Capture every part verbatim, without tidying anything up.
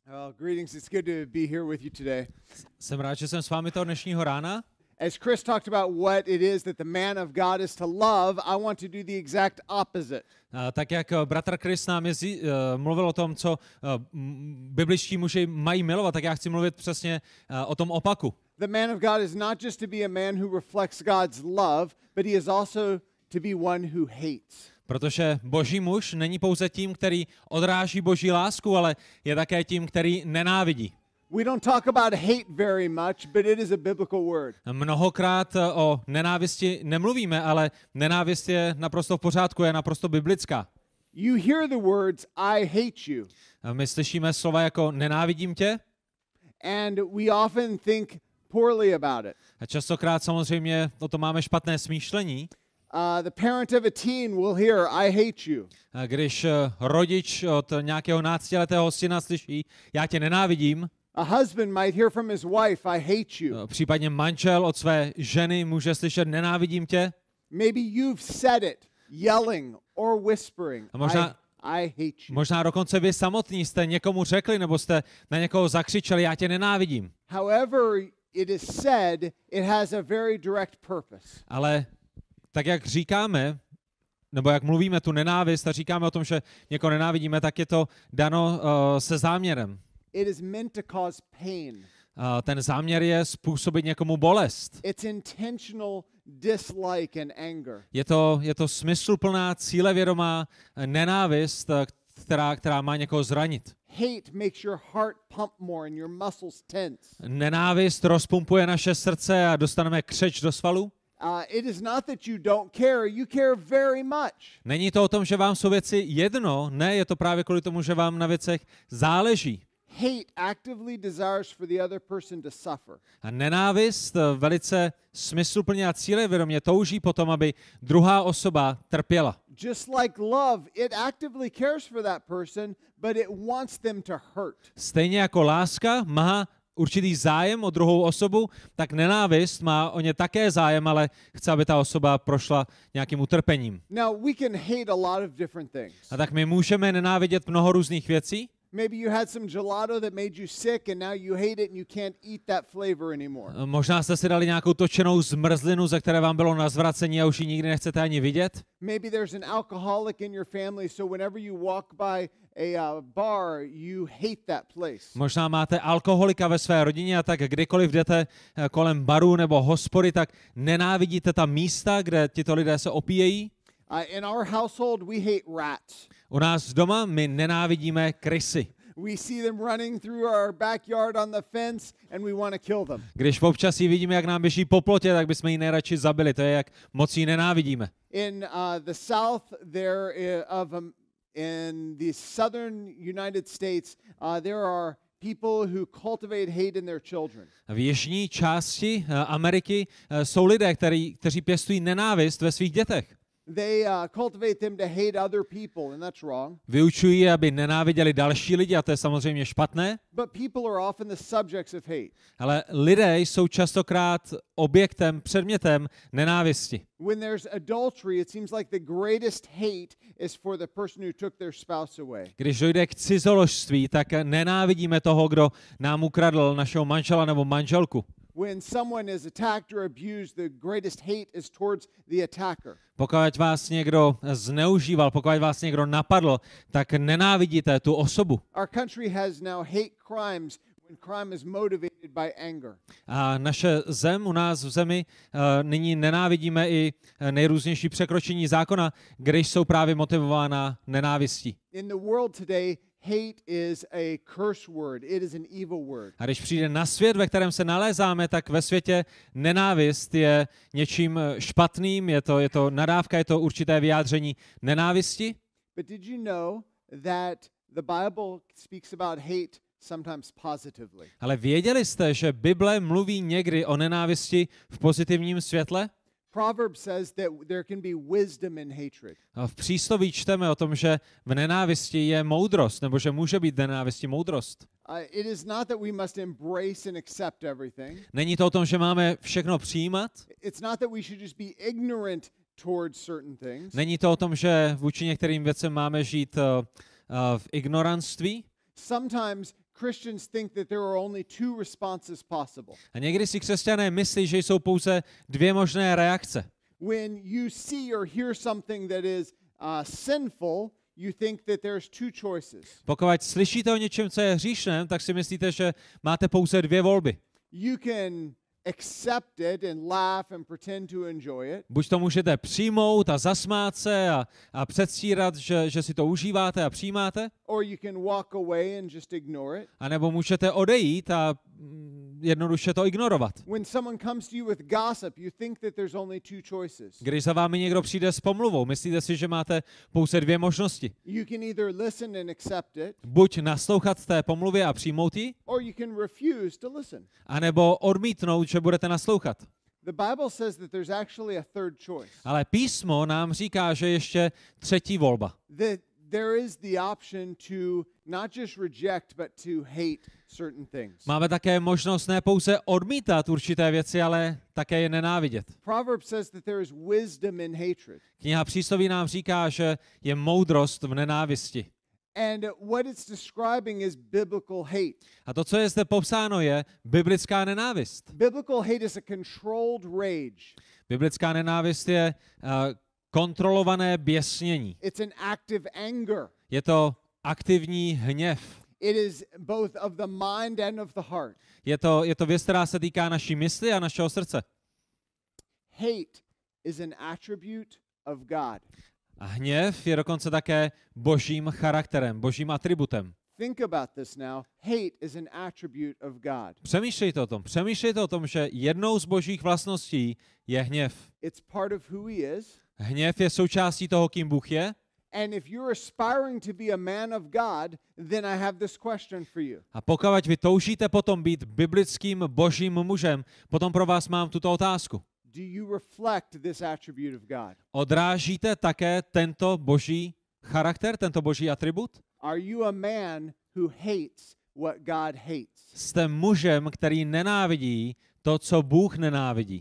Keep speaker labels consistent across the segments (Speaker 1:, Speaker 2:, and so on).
Speaker 1: Well, greetings. It's good to be here with you today.
Speaker 2: Jsem rád, že jsem s vámi toho dnešního rána.
Speaker 1: As Chris talked about what it is that the man of God is to love, I want to do the exact opposite.
Speaker 2: A tak jak bratr Chris nám jezí, uh, mluvil o tom, co uh, bibličtí muži mají milovat, tak já chci mluvit přesně uh, o tom opaku.
Speaker 1: The man of God is not just to be a man who reflects God's love, but he is also to be one who hates.
Speaker 2: Protože boží muž není pouze tím, který odráží boží lásku, ale je také tím, který nenávidí.
Speaker 1: We don't talk about hate very much, but it is a biblical word.
Speaker 2: Mnohokrát o nenávisti nemluvíme, ale nenávist je naprosto v pořádku, je naprosto biblická.
Speaker 1: You hear the words, I hate you.
Speaker 2: My slyšíme slova jako nenávidím tě.
Speaker 1: And we often think poorly about it.
Speaker 2: A častokrát samozřejmě o tom máme špatné smýšlení.
Speaker 1: Uh, the parent of a teen will hear, I hate you.
Speaker 2: A když rodič od nějakého náctiletého syna slyší, já tě nenávidím.
Speaker 1: A husband might hear from his wife, I hate you.
Speaker 2: Případně manžel od své ženy může slyšet, nenávidím tě.
Speaker 1: Maybe you've said it, yelling or whispering,
Speaker 2: A možná,
Speaker 1: I, I hate you.
Speaker 2: možná dokonce vy samotní jste někomu řekli, nebo jste na někoho zakřičeli, já tě nenávidím.
Speaker 1: However it is said, it has a very direct purpose.
Speaker 2: Ale tak jak říkáme, nebo jak mluvíme tu nenávist a říkáme o tom, že někoho nenávidíme, tak je to dano uh, se záměrem.
Speaker 1: It is meant to cause pain.
Speaker 2: Uh, ten záměr je způsobit někomu bolest.
Speaker 1: It's intentional dislike and anger.
Speaker 2: Je to, je to smysluplná, cílevědomá nenávist, která, která má někoho zranit.
Speaker 1: Hate makes your heart pump more and your muscles tense.
Speaker 2: Nenávist rozpumpuje naše srdce a dostaneme křeč do svalů.
Speaker 1: Uh, it is not that you don't care, you care very much.
Speaker 2: Není to o tom, že vám jsou věci jedno, ne, je to právě kvůli tomu, že vám na věcech záleží.
Speaker 1: Hate actively desires for the other person to suffer.
Speaker 2: A nenávist velice smysluplně a cílevědomě touží potom, aby druhá osoba trpěla.
Speaker 1: Just like love, it actively cares for that person, but it wants them to hurt.
Speaker 2: Stejně jako láska má určitý zájem o druhou osobu, tak nenávist má o ně také zájem, ale chce, aby ta osoba prošla nějakým utrpením.
Speaker 1: Now, we can hate a lot of different things.
Speaker 2: A tak my můžeme nenávidět mnoho různých věcí.
Speaker 1: Maybe you had some gelato that made you sick and now you hate it and you can't eat that flavor anymore.
Speaker 2: Možná jste si dali nějakou točenou zmrzlinu, ze které vám bylo na zvracení a už ji nikdy nechcete ani vidět.
Speaker 1: Maybe there's an alcoholic in your family, so whenever you walk by a uh, bar, you hate that place.
Speaker 2: Možná máte alkoholika ve své rodině a tak kdykoliv jdete kolem baru nebo hospody, tak nenávidíte ta místa, kde tito lidé se opíjejí.
Speaker 1: Uh, in our household, we hate rats.
Speaker 2: U nás doma my nenávidíme krysy.
Speaker 1: We see them running through our backyard on the fence and we want to kill them.
Speaker 2: Když občas ji vidíme, jak nám běží po plotě, tak bychom ji nejradši zabili. To je, jak moc ji nenávidíme.
Speaker 1: In uh, the south there is, of um, in the southern United States, uh, there are people who cultivate hate in their children.
Speaker 2: V jižní části uh, Ameriky uh, jsou lidé, který, kteří pěstují nenávist ve svých dětech.
Speaker 1: They uh, cultivate them to hate other people, and that's wrong.
Speaker 2: Vyučují, aby nenáviděli další lidi, a to je samozřejmě špatné.
Speaker 1: But people are often the subjects of hate.
Speaker 2: Ale lidé jsou častokrát objektem, předmětem nenávisti.
Speaker 1: When there's adultery, it seems like the greatest hate is for the person who took their spouse away.
Speaker 2: Když dojde k cizoložství, tak nenávidíme toho, kdo nám ukradl našeho manžela nebo manželku.
Speaker 1: When someone is attacked or abused, the greatest hate is towards the attacker.
Speaker 2: Pokud vás někdo zneužíval, pokud vás někdo napadl, tak nenávidíte tu osobu.
Speaker 1: Our country has now hate crimes when crime is motivated by anger.
Speaker 2: A naše zem, u nás v zemi, uh, nyní nenávidíme i nejrůznější překročení zákona, když jsou právě motivována nenávistí.
Speaker 1: In the world today, hate is a curse word. It is an evil word.
Speaker 2: A když přijde na svět, ve kterém se nalézáme, tak ve světě nenávist je něčím špatným, je to, je to nadávka, je to určité vyjádření nenávisti.
Speaker 1: But did you know that the Bible speaks about hate sometimes positively?
Speaker 2: Ale věděli jste, že Bible mluví někdy o nenávisti v pozitivním světle?
Speaker 1: Proverbs says that there can be wisdom in hatred.
Speaker 2: A v přísloví čteme o tom, že v nenávisti je moudrost, nebo že může být v nenávisti moudrost.
Speaker 1: Uh, it is not that we must embrace and accept everything.
Speaker 2: Není to o tom, že máme všechno přijímat.
Speaker 1: It's not that we should just be ignorant towards certain things.
Speaker 2: Není to o tom, že vůči některým věcem máme žít uh, uh, v ignoranství.
Speaker 1: Sometimes Christians think that there are only two responses possible.
Speaker 2: A někdy si křesťané myslí, že jsou pouze dvě možné reakce.
Speaker 1: When you see or hear something that is uh, sinful, you think that there's two choices.
Speaker 2: Pokud slyšíte o něčem, co je hříšnem, tak si myslíte, že máte pouze dvě volby.
Speaker 1: You can accept it and laugh and pretend to enjoy it.
Speaker 2: Buď to můžete přijmout a zasmát se a, a předstírat, že, že si to užíváte a přijímáte,
Speaker 1: Or you can walk away and just ignore it.
Speaker 2: anebo můžete odejít a mm, jednoduše to ignorovat.
Speaker 1: When someone comes to you with gossip, you think that there's only two choices.
Speaker 2: Když za vámi někdo přijde s pomluvou, myslíte si, že máte pouze dvě možnosti.
Speaker 1: You can either listen and accept it,
Speaker 2: Buď naslouchat té pomluvě a přijmout ji,
Speaker 1: or you can refuse to listen.
Speaker 2: anebo odmítnout, že budete naslouchat.
Speaker 1: The Bible says that there's actually a third choice.
Speaker 2: Ale písmo nám říká, že ještě třetí volba.
Speaker 1: That there is the option to not just reject, but to hate certain things.
Speaker 2: Máme také možnost ne pouze odmítat určité věci, ale také je nenávidět.
Speaker 1: Proverbs says that there is wisdom in hatred.
Speaker 2: Kniha Přísloví nám říká, že je moudrost v nenávisti.
Speaker 1: And what it's describing is biblical hate.
Speaker 2: A to, co je zde popsáno, je biblická nenávist.
Speaker 1: Biblical hate is a controlled rage.
Speaker 2: Biblická nenávist je uh, kontrolované běsnění.
Speaker 1: It's an active anger.
Speaker 2: Je to aktivní hněv.
Speaker 1: It is both of the mind and of the heart.
Speaker 2: Je to, je to věc, která se týká naší mysli a našeho srdce.
Speaker 1: Hate is an attribute of God.
Speaker 2: A hněv je dokonce také božím charakterem, božím atributem.
Speaker 1: Think about this now. Hate is an attribute of God.
Speaker 2: Přemýšlejte o tom. Přemýšlejte o tom, že jednou z božích vlastností je hněv.
Speaker 1: It's part of who he is.
Speaker 2: Hněv je součástí toho, kým Bůh je.
Speaker 1: And if you're aspiring to be a man of God, then I have this question for you.
Speaker 2: A pokud vy toužíte potom být biblickým božím mužem, potom pro vás mám tuto otázku.
Speaker 1: Do you reflect this attribute of God?
Speaker 2: Odrážíte také tento boží charakter, tento boží atribut?
Speaker 1: Are you a man who hates what God hates?
Speaker 2: Jste mužem, který nenávidí to, co Bůh nenávidí.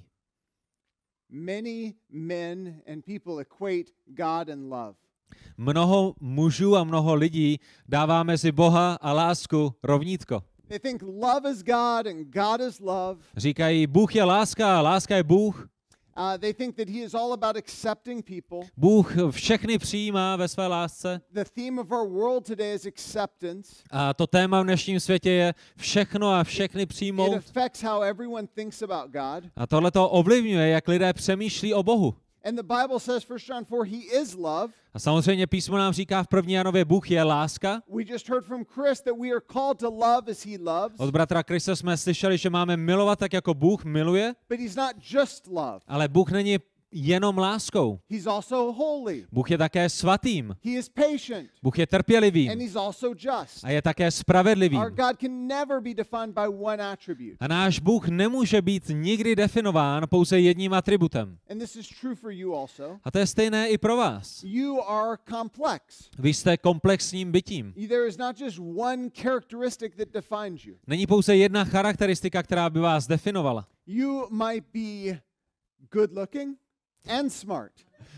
Speaker 1: Many men and people equate God and love.
Speaker 2: Mnoho mužů a mnoho lidí dává mezi Boha a lásku rovnítko.
Speaker 1: They think love is God and God is love.
Speaker 2: Říkají, Bůh je láska a láska je Bůh.
Speaker 1: Uh, they think that he is all about accepting people.
Speaker 2: Bůh všechny přijímá ve své lásce.
Speaker 1: The theme of our world today is acceptance.
Speaker 2: A to téma v dnešním světě je všechno a všechny
Speaker 1: It
Speaker 2: přijmout.
Speaker 1: affects how everyone thinks about God.
Speaker 2: A tohle to ovlivňuje, jak lidé přemýšlí o Bohu.
Speaker 1: And the Bible says, First John four, he is love.
Speaker 2: A samozřejmě písmo nám říká v první Janově, Bůh je láska.
Speaker 1: We just heard from Chris that we are called to love as he loves.
Speaker 2: Od bratra Krista jsme slyšeli, že máme milovat tak, jako Bůh miluje,
Speaker 1: But he's not just love.
Speaker 2: ale Bůh není jenom láskou.
Speaker 1: He's also holy.
Speaker 2: Bůh je také svatým.
Speaker 1: He is patient.
Speaker 2: Bůh je
Speaker 1: And
Speaker 2: trpělivým
Speaker 1: he's also just.
Speaker 2: a je také spravedlivým.
Speaker 1: Our God can never be defined by one attribute.
Speaker 2: A náš Bůh nemůže být nikdy definován pouze jedním atributem.
Speaker 1: And this is true for you also.
Speaker 2: A to je stejné i pro vás.
Speaker 1: You are complex.
Speaker 2: Vy jste komplexním bytím.
Speaker 1: There is not just one characteristic that defines you.
Speaker 2: Není pouze jedna charakteristika, která by vás definovala.
Speaker 1: You might be good looking and smart.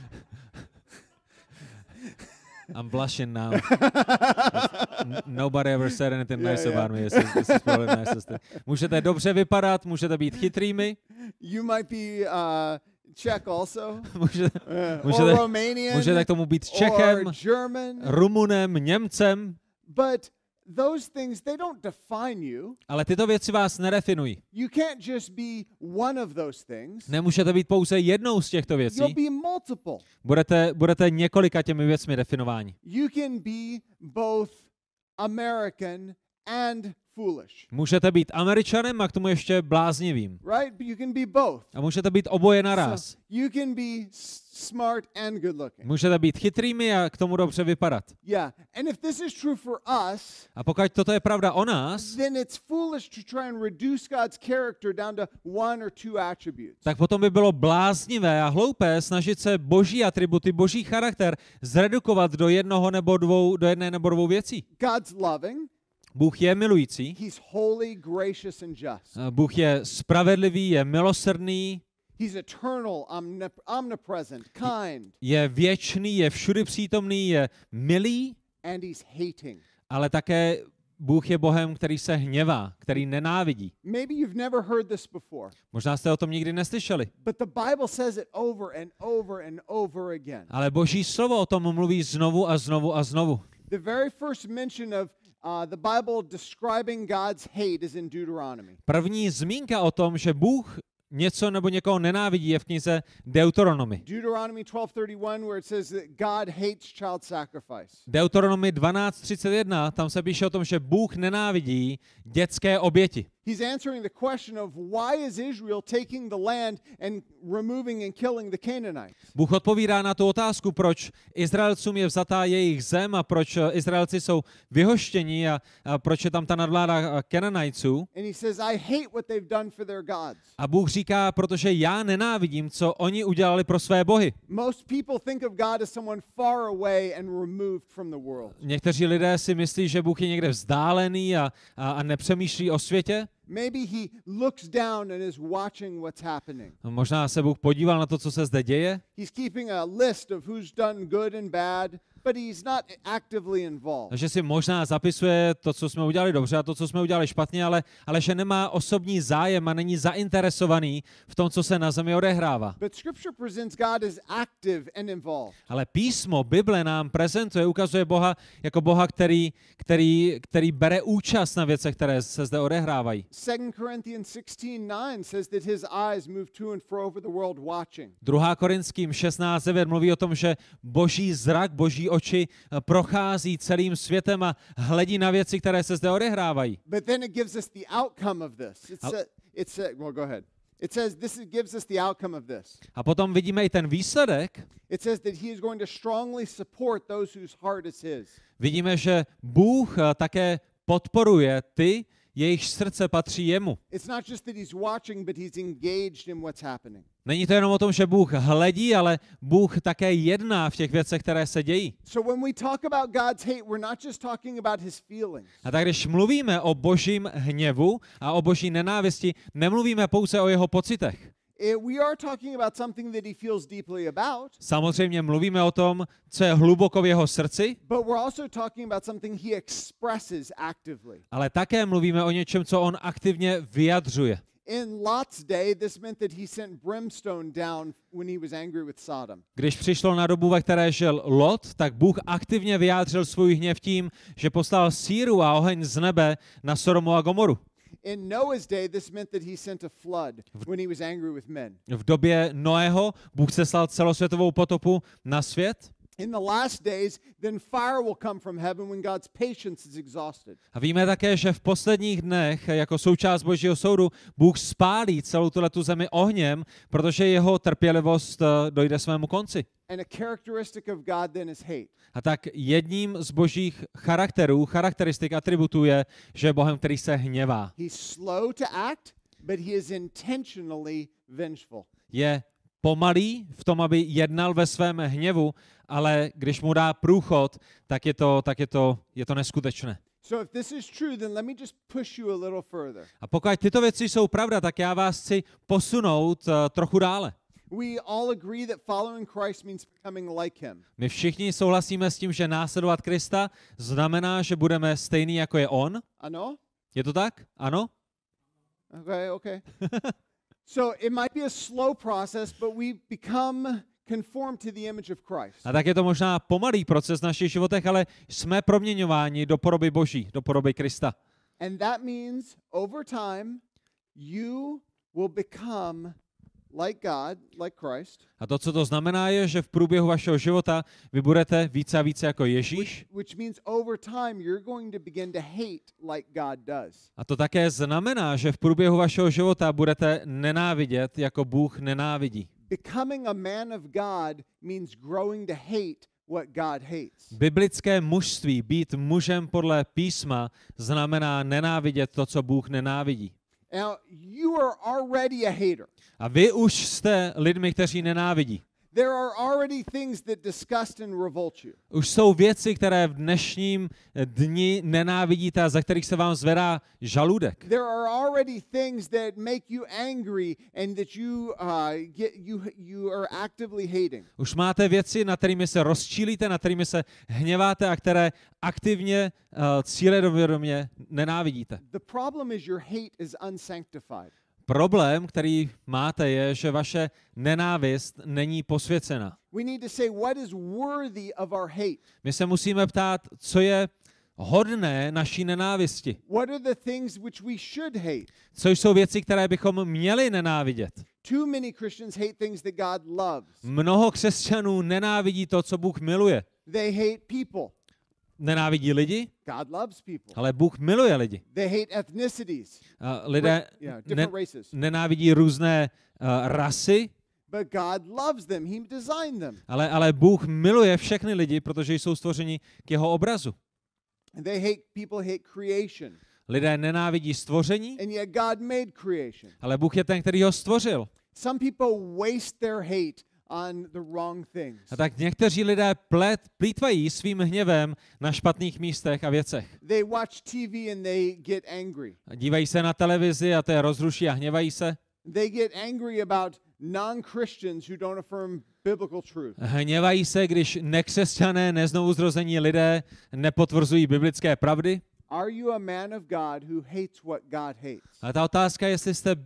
Speaker 2: I'm blushing now. N- Nobody ever said anything
Speaker 1: Yeah,
Speaker 2: nice
Speaker 1: yeah.
Speaker 2: about me. This is, this is probably the nicest thing. Můžete dobře vypadat, můžete být chytrými,
Speaker 1: You might be uh, Czech also.
Speaker 2: můžete,
Speaker 1: Uh,
Speaker 2: můžete,
Speaker 1: or Romanian.
Speaker 2: můžete k tomu být Čechem,
Speaker 1: or German.
Speaker 2: Rumunem, Němcem,
Speaker 1: But those things, they don't define you.
Speaker 2: ale tyto věci vás nedefinují.
Speaker 1: You can't just be one of those things.
Speaker 2: Nemůžete být pouze jednou z těchto
Speaker 1: You'll
Speaker 2: věcí.
Speaker 1: be multiple.
Speaker 2: Budete, budete několika těmi věcmi definováni.
Speaker 1: You can be both American and foolish.
Speaker 2: Můžete být Američanem a k tomu ještě bláznivým.
Speaker 1: Right? But you can be both.
Speaker 2: A můžete být oboje naraz.
Speaker 1: So you can be s- smart and good looking.
Speaker 2: Můžete být chytrými a k tomu dobře vypadat.
Speaker 1: Yeah. And if this is true for us,
Speaker 2: A pokud toto je pravda o nás,
Speaker 1: then it's foolish to try and reduce God's character down to one or two attributes.
Speaker 2: tak potom by bylo bláznivé a hloupé snažit se boží atributy, boží charakter zredukovat do jednoho nebo dvou, do jedné nebo dvou věcí.
Speaker 1: God's loving.
Speaker 2: Bůh je milující,
Speaker 1: He's holy, gracious, and just.
Speaker 2: a Bůh je spravedlivý, je milosrdný,
Speaker 1: He's eternal, omnip- omnipresent, kind,
Speaker 2: je věčný, je všudy přítomný, je milý,
Speaker 1: and he's hating.
Speaker 2: ale také Bůh je Bohem, který se hněvá, který nenávidí.
Speaker 1: Maybe you've never heard this before.
Speaker 2: Možná jste o tom nikdy neslyšeli.
Speaker 1: But the Bible says it over and over and over again.
Speaker 2: Ale Boží slovo o tom mluví znovu a znovu a znovu.
Speaker 1: The very first mention of uh, the Bible describing God's hate is in Deuteronomy.
Speaker 2: První zmínka o tom, že Bůh něco nebo někoho nenávidí, je v knize Deuteronomy.
Speaker 1: Deuteronomy twelve thirty-one, where it says that God hates child sacrifice.
Speaker 2: Deuteronomy dvanáct třicet jedna, tam se píše o tom, že Bůh nenávidí dětské oběti.
Speaker 1: He's answering the question of why is Israel taking the land and removing and killing the Canaanites.
Speaker 2: Bůh odpovídá na tu otázku, proč Izraelcům je vzatá jejich zem a proč Izraelci jsou vyhoštěni a, a proč je tam ta nadvláda Kananajců.
Speaker 1: And he says, I hate what they've done for their gods.
Speaker 2: A Bůh říká, protože já nenávidím, co oni udělali pro své bohy.
Speaker 1: Most people think of God as someone far away and removed from the world.
Speaker 2: Někteří lidé si myslí, že Bůh je někde vzdálený a, a, a nepřemýšlí o světě.
Speaker 1: Maybe he looks down and is watching what's happening.
Speaker 2: Možná se Bůh podíval na to, co se zde děje.
Speaker 1: He's keeping a list of who's done good and bad, but he's not actively involved.
Speaker 2: Takže si možná zapisuje to, co jsme udělali dobře a to, co jsme udělali špatně, ale, ale že nemá osobní zájem a není zainteresovaný v tom, co se na zemi odehrává.
Speaker 1: But Scripture presents God as active and involved.
Speaker 2: Ale písmo, Bible nám prezentuje, ukazuje Boha jako Boha, který, který, který bere účast na věcech, které se zde odehrávají.
Speaker 1: Second Corinthians sixteen nine says that his eyes move to and fro over the world watching.
Speaker 2: druhá Korinským šestnáct devět mluví o tom, že boží zrak, boží oči prochází celým světem a hledí na věci, které se zde odehrávají.
Speaker 1: But then it gives us the outcome of this. It's a, it's a, well, go ahead. It says this gives us the outcome of this.
Speaker 2: A potom vidíme i ten výsledek.
Speaker 1: It says that he is going to strongly support those whose heart is his.
Speaker 2: Vidíme, že Bůh také podporuje ty, jejich srdce patří jemu.
Speaker 1: It's not just that he's watching, but he's engaged in what's happening.
Speaker 2: Není to jenom o tom, že Bůh hledí, ale Bůh také jedná v těch věcech, které se dějí.
Speaker 1: So when we talk about God's hate, we're not just talking about his feelings.
Speaker 2: A tak když mluvíme o božím hněvu a o boží nenávisti, nemluvíme pouze o jeho pocitech.
Speaker 1: We are talking about something that he feels deeply about.
Speaker 2: Samozřejmě mluvíme o tom, co je hluboko v jeho srdci,
Speaker 1: but we're also talking about something he expresses actively.
Speaker 2: Ale také mluvíme o něčem, co on aktivně vyjadřuje.
Speaker 1: In Lot's day, this meant that he sent brimstone down when he was angry with Sodom.
Speaker 2: Když přišlo na dobu, ve které žil Lot, tak Bůh aktivně vyjádřil svůj hněv tím, že poslal síru a oheň z nebe na Sodomu a Gomoru.
Speaker 1: In Noah's day, this meant that he sent a flood when he was angry with men.
Speaker 2: V době Noého Bůh seslal celosvětovou potopu na svět.
Speaker 1: In the last days, then fire will come from heaven when God's patience is exhausted.
Speaker 2: A víme také, že v posledních dnech, jako součást Božího soudu, Bůh spálí celou tuhletu zemi ohněm, protože jeho trpělivost dojde svému konci.
Speaker 1: And a characteristic of God then is hate.
Speaker 2: A tak jedním z božích charakterů, charakteristik, atributů je, že je Bohem, který se hněvá.
Speaker 1: He's slow to act, but he is intentionally vengeful.
Speaker 2: Je pomalý v tom, aby jednal ve svém hněvu, ale když mu dá průchod, tak je to, tak je to, je to neskutečné.
Speaker 1: So if this is true, then let me just push you a little further.
Speaker 2: A pokud tyto věci jsou pravda, tak já vás chci posunout uh, trochu dále.
Speaker 1: We all agree that following Christ means becoming like him.
Speaker 2: My všichni souhlasíme s tím, že následovat Krista znamená, že budeme stejný, jako je on.
Speaker 1: Ano?
Speaker 2: Je to tak? Ano?
Speaker 1: Okay, okay. So it might be a slow process, but we become conformed to the image of Christ.
Speaker 2: A tak je to možná pomalý proces v našich životech, ale jsme proměňováni do podoby Boží, do podoby Krista.
Speaker 1: And that means over time you will become like God, like Christ.
Speaker 2: A to, co to znamená, je, že v průběhu vašeho života vy budete více a více jako Ježíš.
Speaker 1: Which, which means over time you're going to begin to hate like God does.
Speaker 2: A to také znamená, že v průběhu vašeho života budete nenávidět, jako Bůh nenávidí.
Speaker 1: Becoming a man of God means growing to hate what God hates.
Speaker 2: Biblické mužství, být mužem podle písma, znamená nenávidět to, co Bůh nenávidí.
Speaker 1: Now, you are already a hater.
Speaker 2: A vy už jste lidmi, kteří nenávidí.
Speaker 1: There are already things that disgust and revolt you.
Speaker 2: Už jsou věci, které v dnešním dni nenávidíte a za kterých se vám zvedá žaludek.
Speaker 1: There are already things that make you angry and that you uh, get you you are actively hating.
Speaker 2: Už máte věci, na kterými se rozčílíte, na kterými se hněváte a které aktivně uh, cílevědomě nenávidíte.
Speaker 1: The problem is your hate is unsanctified.
Speaker 2: Problém, který máte, je, že vaše nenávist není posvěcena.
Speaker 1: We need to say what is worthy of our hate.
Speaker 2: My se musíme ptát, co je hodné naší nenávisti.
Speaker 1: What are the things which we should hate?
Speaker 2: Co jsou věci, které bychom měli nenávidět?
Speaker 1: Too many Christians hate things that God loves.
Speaker 2: Mnoho křesťanů nenávidí to, co Bůh miluje.
Speaker 1: They hate people.
Speaker 2: Nenávidí lidi,
Speaker 1: God loves people.
Speaker 2: ale Bůh miluje lidi.
Speaker 1: They hate ethnicities.
Speaker 2: A lidé
Speaker 1: Yeah,
Speaker 2: ne,
Speaker 1: different races.
Speaker 2: nenávidí různé uh, rasy,
Speaker 1: But God loves them. He designed them.
Speaker 2: ale, ale Bůh miluje všechny lidi, protože jsou stvořeni k jeho obrazu.
Speaker 1: And they hate people hate creation.
Speaker 2: Lidé nenávidí stvoření,
Speaker 1: And yet God made creation.
Speaker 2: ale Bůh je ten, který ho stvořil.
Speaker 1: Some people waste their hate on the wrong things.
Speaker 2: A tak někteří lidé plet, plýtvají svým hněvem na špatných místech a věcech.
Speaker 1: They watch T V and they get angry.
Speaker 2: A dívají se na televizi a to je rozruší a hněvají se.
Speaker 1: They get angry about non-Christians who don't affirm biblical truth.
Speaker 2: Hněvají se, když nekřesťané, neznovuzrození lidé nepotvrzují biblické pravdy.
Speaker 1: Are you a man of God who hates what God hates?
Speaker 2: A ta otázka je, jestli jste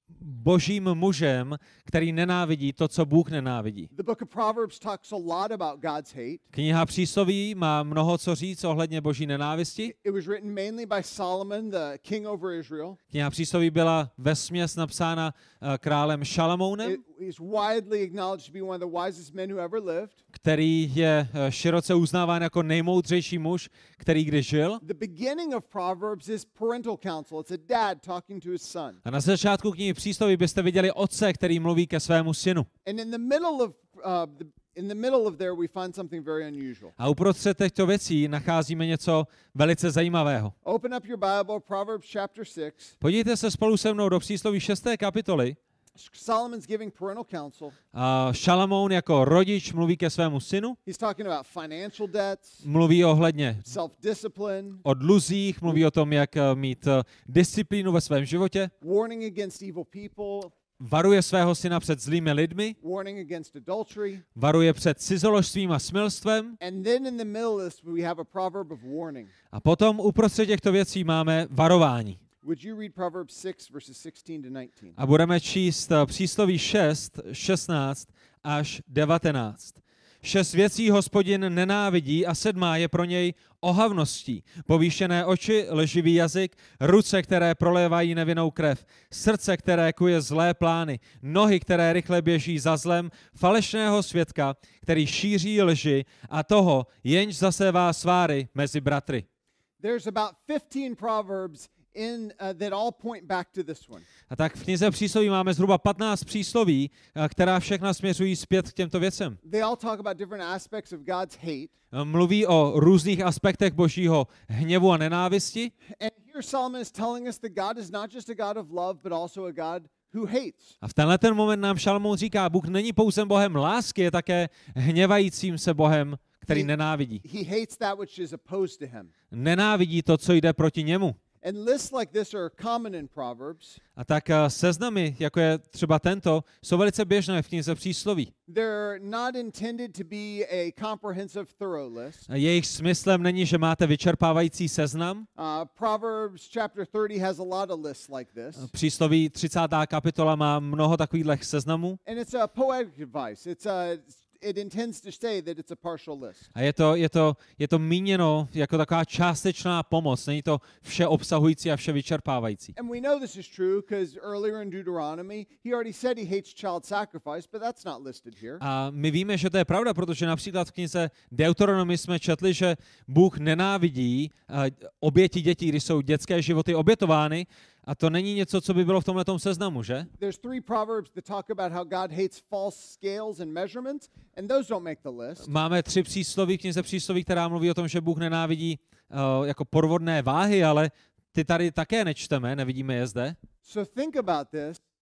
Speaker 2: božím mužem, který nenávidí to, co Bůh nenávidí.
Speaker 1: The book of Proverbs talks a lot about God's hate.
Speaker 2: Kniha Přísloví má mnoho co říct ohledně boží nenávisti.
Speaker 1: It was written mainly by Solomon, the king over Israel.
Speaker 2: Kniha Přísloví byla vesměs napsána uh, králem Šalamounem,
Speaker 1: It is widely acknowledged to be one of the wisest men who ever lived.
Speaker 2: který je uh, široce uznáván jako nejmoudřejší muž, který kdy žil.
Speaker 1: The beginning of Proverbs is parental counsel. It's a dad talking to his son.
Speaker 2: A na začátku knihy Přísloví byste viděli otce, který mluví ke svému synu.
Speaker 1: And in the middle of uh, the in the middle of there we find something very unusual.
Speaker 2: A uprostřed těchto věcí nacházíme něco velice zajímavého.
Speaker 1: Open up your Bible, Proverbs chapter six.
Speaker 2: Podívejte se spolu se mnou do Přísloví šesté kapitoly.
Speaker 1: Solomon's giving parental counsel.
Speaker 2: A Šalamoun jako rodič mluví ke svému synu,
Speaker 1: He's talking about financial debts,
Speaker 2: mluví ohledně
Speaker 1: self-discipline,
Speaker 2: o dluzích, mluví o tom, jak eh, mít eh, disciplínu ve svém životě,
Speaker 1: warning against evil people,
Speaker 2: varuje svého syna před zlými lidmi,
Speaker 1: warning against adultery.
Speaker 2: varuje před cizoložstvím a smilstvem
Speaker 1: And then in the middle of this we have a proverb of warning.
Speaker 2: a potom uprostřed těchto věcí máme varování.
Speaker 1: Would you read Proverbs six verses sixteen to nineteen?
Speaker 2: A budeme číst eh, Přísloví šest, šestnáct až devatenáct. Šest věcí Hospodin nenávidí a sedmá je pro něj ohavností. Povýšené oči, lživý jazyk, ruce, které prolévají nevinnou krev, srdce, které kuje zlé plány, nohy, které rychle běží za zlem, falešného svědka, který šíří lži a toho, jenž zasévá sváry mezi bratry.
Speaker 1: There's about fifteen proverbs in uh, that all point back to this one.
Speaker 2: A tak v knize Přísloví máme zhruba patnáct přísloví, a která všechna směřují zpět k těmto věcem.
Speaker 1: They all talk about different aspects of God's hate.
Speaker 2: Mluví o různých aspektech božího hněvu a nenávisti.
Speaker 1: And here Solomon is telling us that God is not just a God of love, but also a God who hates.
Speaker 2: A v tenhle ten moment nám Šalamoun říká, Bůh není pouze Bohem lásky, je také hněvajícím se Bohem, který
Speaker 1: He-
Speaker 2: nenávidí.
Speaker 1: He hates that which is opposed to him.
Speaker 2: Nenávidí to, co jde proti němu.
Speaker 1: And lists like this are common in Proverbs.
Speaker 2: A tak eh, seznamy, jako je třeba tento, jsou velice běžné v knize Přísloví.
Speaker 1: They're not intended to be a comprehensive, thorough list.
Speaker 2: A jejich smyslem není, že máte vyčerpávající seznam.
Speaker 1: Uh, Proverbs chapter thirty has a lot of lists like this.
Speaker 2: Přísloví třicátá kapitola má mnoho takových seznamů.
Speaker 1: And it's a poetic advice. It's a it intends to say that it's a partial list.
Speaker 2: A je to, je to, je to míněno jako taková částečná pomoc. Není to vše obsahující a vše vyčerpávající.
Speaker 1: And we know this is true because earlier in Deuteronomy, he already said he hates child sacrifice, but that's not listed here.
Speaker 2: A my víme, že to je pravda, protože například v knize Deuteronomy jsme četli, že Bůh nenávidí uh, oběti dětí, když jsou dětské životy obětovány. A to není něco, co by bylo v tomhletom seznamu, že?
Speaker 1: There's three proverbs that talk about how God hates false scales and measurements, and those don't make the list.
Speaker 2: Máme tři přísloví, v knize přísloví, která mluví o tom, že Bůh nenávidí uh, jako podvodné váhy, ale ty tady také nečteme, nevidíme je zde.
Speaker 1: So think about this.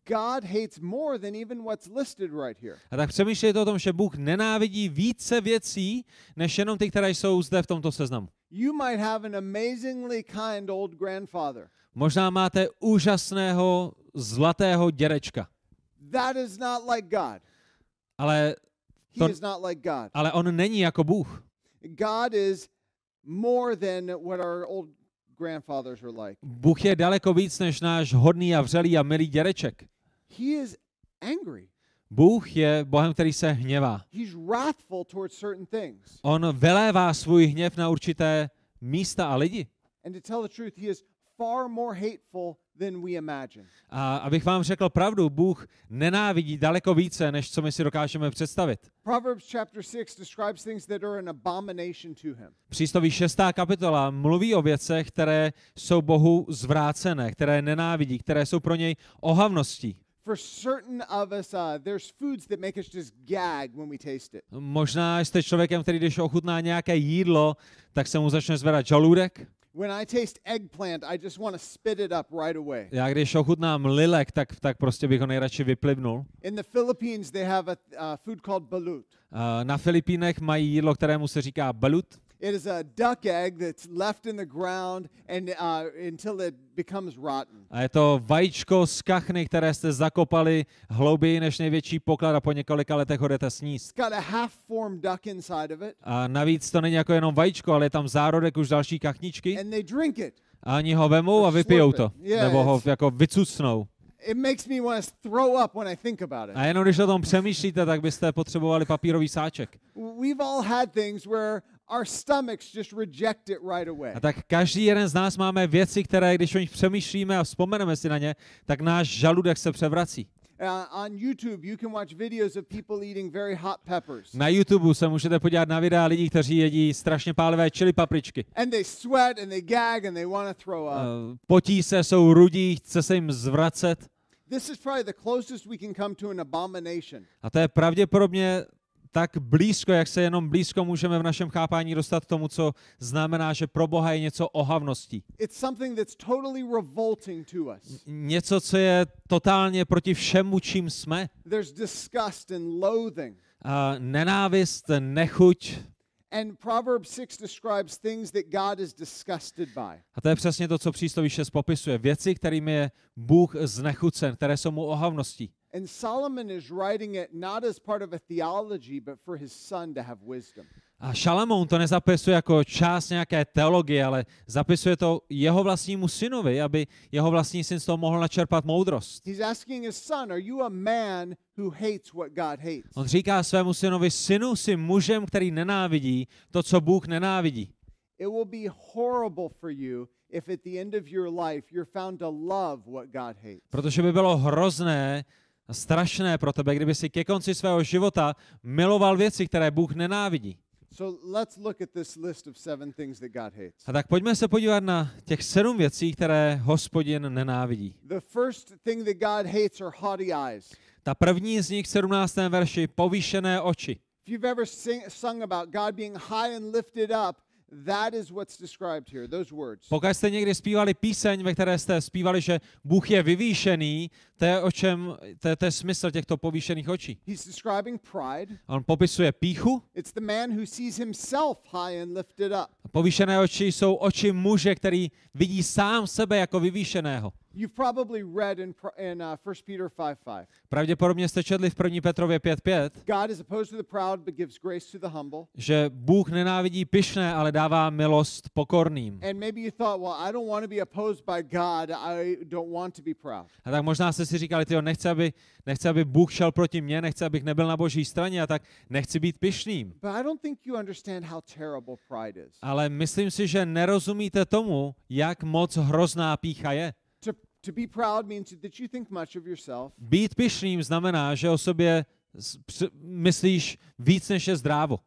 Speaker 1: God hates more than even what's listed right here.
Speaker 2: A tak přemýšlejte o tom, že Bůh nenávidí více věcí, než jenom ty, které jsou zde v tomto seznamu.
Speaker 1: You might have an amazingly kind old grandfather.
Speaker 2: Možná máte úžasného zlatého dědečka,
Speaker 1: That is not like God.
Speaker 2: ale,
Speaker 1: He
Speaker 2: to,
Speaker 1: is not like God.
Speaker 2: ale on není jako Bůh.
Speaker 1: God is more than what our old grandfathers were like.
Speaker 2: Bůh je daleko víc než náš hodný a vřelý a milý dědeček.
Speaker 1: He is angry.
Speaker 2: Bůh je Bohem, který se hněvá.
Speaker 1: He's wrathful towards certain things.
Speaker 2: On vylévá svůj hněv na určité místa a lidi.
Speaker 1: And to tell the truth, he is far more hateful than we imagine.
Speaker 2: A abych vám řekl pravdu, Bůh nenávidí daleko více, než co my si dokážeme představit.
Speaker 1: Proverbs chapter six describes things that are an abomination to him.
Speaker 2: Přísloví šestá kapitola mluví o věcech, které jsou Bohu zvrácené, které nenávidí, které jsou pro něj ohavností.
Speaker 1: For certain of us, uh, there's foods that make us just gag when we taste it.
Speaker 2: Možná jste člověkem, který když ochutná nějaké jídlo, tak se mu začne zvedat žaludek.
Speaker 1: When I taste eggplant, I just want to spit it up right away.
Speaker 2: Já když ochutnám lilek, tak, tak prostě bych ho nejradši vyplivnul.
Speaker 1: In the Philippines, they have a uh, food called balut.
Speaker 2: Uh, na Filipínech mají jídlo, kterému se říká balut.
Speaker 1: It is a duck egg that's left in the ground and uh, until it becomes rotten.
Speaker 2: A je to vajíčko z kachny, které jste zakopali hlouběji než největší poklad a po několika letech ho jdete sníst.
Speaker 1: It's got a half-formed duck inside of it,
Speaker 2: A navíc to není jako jenom vajíčko, ale je tam zárodek už další kachničky.
Speaker 1: and they drink it.
Speaker 2: A oni ho vemou a vypijou to.
Speaker 1: Yeah,
Speaker 2: Nebo ho
Speaker 1: it's-
Speaker 2: jako vycucnou.
Speaker 1: It makes me want to throw up when I think about it.
Speaker 2: A jenom když o tom přemýšlíte, tak byste potřebovali papírový sáček.
Speaker 1: We've all had things where our stomachs just reject it right away.
Speaker 2: A tak každý jeden z nás máme věci, které, když o nich přemýšlíme a vzpomeneme si na ně, tak náš žaludek se převrací.
Speaker 1: Uh, on YouTube, you can watch videos of people eating very hot peppers.
Speaker 2: Na YouTube se můžete podívat na videa lidí, kteří jedí strašně pálivé chili papričky.
Speaker 1: And they sweat and they gag and they want to throw up.
Speaker 2: Uh, potí se, jsou rudí, chce se jim zvracet.
Speaker 1: This is probably the closest we can come to an abomination.
Speaker 2: A to je pravděpodobně tak blízko, jak se jenom blízko můžeme v našem chápání dostat k tomu, co znamená, že pro Boha je něco ohavností.
Speaker 1: It's something that's totally revolting to us.
Speaker 2: Něco, co je totálně proti všemu, čím jsme.
Speaker 1: There's disgust and loathing.
Speaker 2: A nenávist, nechuť.
Speaker 1: And Proverbs six describes things that God is disgusted by.
Speaker 2: A to je přesně to, co přísloví šest popisuje. Věci, kterými je Bůh znechucen, které jsou mu ohavností.
Speaker 1: And Solomon is writing it not as part of a theology, but for his son to have wisdom.
Speaker 2: A Šalamoun to nezapisuje jako část nějaké teologie, ale zapisuje to jeho vlastnímu synovi, aby jeho vlastní syn z toho mohl načerpat moudrost.
Speaker 1: He's asking his son, are you a man who hates what God hates?
Speaker 2: On říká svému synovi, synu, jsi mužem, který nenávidí to, co Bůh nenávidí.
Speaker 1: It will be horrible for you if at the end of your life you're found to love what God hates.
Speaker 2: Protože by bylo hrozné a strašné pro tebe, kdyby si ke konci svého života miloval věci, které Bůh nenávidí.
Speaker 1: So let's look at this list of seven things that God hates.
Speaker 2: A tak pojďme se podívat na těch sedm věcí, které Hospodin nenávidí.
Speaker 1: The first thing that God hates are haughty eyes.
Speaker 2: Ta první z nich v sedmnáctém verši, povýšené oči.
Speaker 1: If you've ever sing, sung about God being high and lifted up, that is what's described here, those words.
Speaker 2: Pokud jste někdy zpívali píseň, ve které jste zpívali, že Bůh je vyvýšený, to je, o čem, to je, to je smysl těchto povýšených očí.
Speaker 1: He's describing pride.
Speaker 2: On popisuje píchu.
Speaker 1: It's the man who sees himself high and lifted up.
Speaker 2: Povýšené oči jsou oči muže, který vidí sám sebe jako vyvýšeného.
Speaker 1: You've probably read in, in uh, First Peter five five.
Speaker 2: Pravděpodobně jste četli v první Petrově pět pět,
Speaker 1: God is opposed to the proud, but gives grace to the humble.
Speaker 2: že Bůh nenávidí pyšné, ale dává milost pokorným.
Speaker 1: And maybe you thought, well, I don't want to be opposed by God. I don't want to be proud.
Speaker 2: A tak možná jste si říkali, tyjo, nechci, aby, nechci, aby Bůh šel proti mně, nechci, abych nebyl na boží straně, a tak nechci být pyšným.
Speaker 1: But I don't think you understand how terrible pride is.
Speaker 2: Ale myslím si, že nerozumíte tomu, jak moc hrozná pýcha je.
Speaker 1: To, to be proud means that you think much of yourself.
Speaker 2: Být pyšným znamená, že o sobě s- př- myslíš víc, než je zdrávo.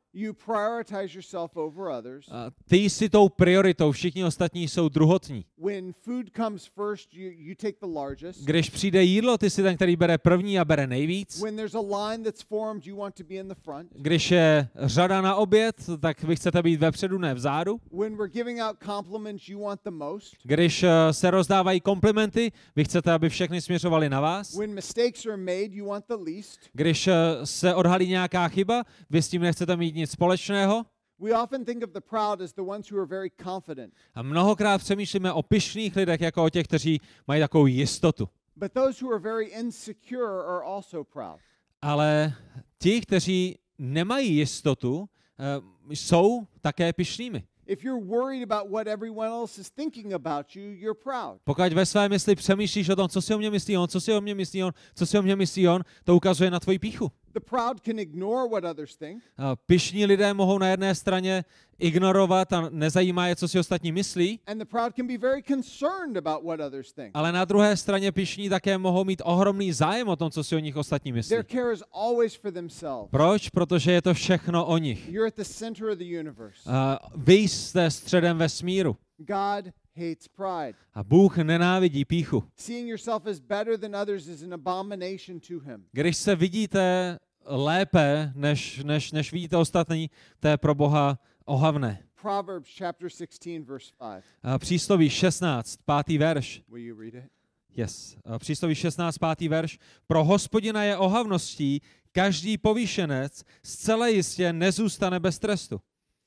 Speaker 1: You prioritize yourself over others.
Speaker 2: A ty jsi tou prioritou, všichni ostatní jsou druhotní.
Speaker 1: When food comes first, you, you take the largest.
Speaker 2: Když přijde jídlo, ty jsi ten, který bere první a bere nejvíc.
Speaker 1: When there's a line that's formed, you want to be in the front.
Speaker 2: Když je řada na oběd, tak vy chcete být vepředu, ne vzadu.
Speaker 1: When we're giving out compliments, you want the most.
Speaker 2: Když eh, se rozdávají komplimenty, vy chcete, aby všechny směřovaly na vás.
Speaker 1: When mistakes are made, you want the least.
Speaker 2: Když eh, se odhalí nějaká chyba, vy s tím nechcete mít nic společného.
Speaker 1: We often think of the proud as the ones who are very confident.
Speaker 2: A mnohokrát přemýšlíme o pyšných lidech jako o těch, kteří mají takovou jistotu.
Speaker 1: But those who are very insecure are also proud.
Speaker 2: Ale ti, kteří nemají jistotu, eh, jsou také pyšnými.
Speaker 1: If you're worried about what everyone else is thinking about you, you're proud.
Speaker 2: Pokud ve své mysli přemýšlíš o tom, co si o mě myslí on, co si o mě myslí on, co si o mě myslí on, to ukazuje na tvoji pýchu.
Speaker 1: The proud can ignore what others think.
Speaker 2: A pyšní lidé mohou na jedné straně ignorovat a nezajímá je, co si ostatní myslí,
Speaker 1: And the proud can be very concerned about what others think.
Speaker 2: ale na druhé straně pyšní také mohou mít ohromný zájem o tom, co si o nich ostatní myslí.
Speaker 1: Their care is always for themselves.
Speaker 2: Proč? Protože je to všechno o nich.
Speaker 1: You're at the center of the universe.
Speaker 2: A vy jste středem vesmíru.
Speaker 1: God hates pride.
Speaker 2: A Bůh nenávidí pýchu.
Speaker 1: Seeing yourself as better than others is an abomination to him.
Speaker 2: Když se vidíte lépe, než, než, než vidíte ostatní, to je pro Boha ohavné.
Speaker 1: Proverbs chapter sixteen verse five.
Speaker 2: A Přísloví šestnáct, pátý verš.
Speaker 1: Will you read it?
Speaker 2: Yes. A Přísloví šestnáct, pátý verš. Pro Hospodina je ohavností, každý povýšenec zcela jistě nezůstane bez trestu.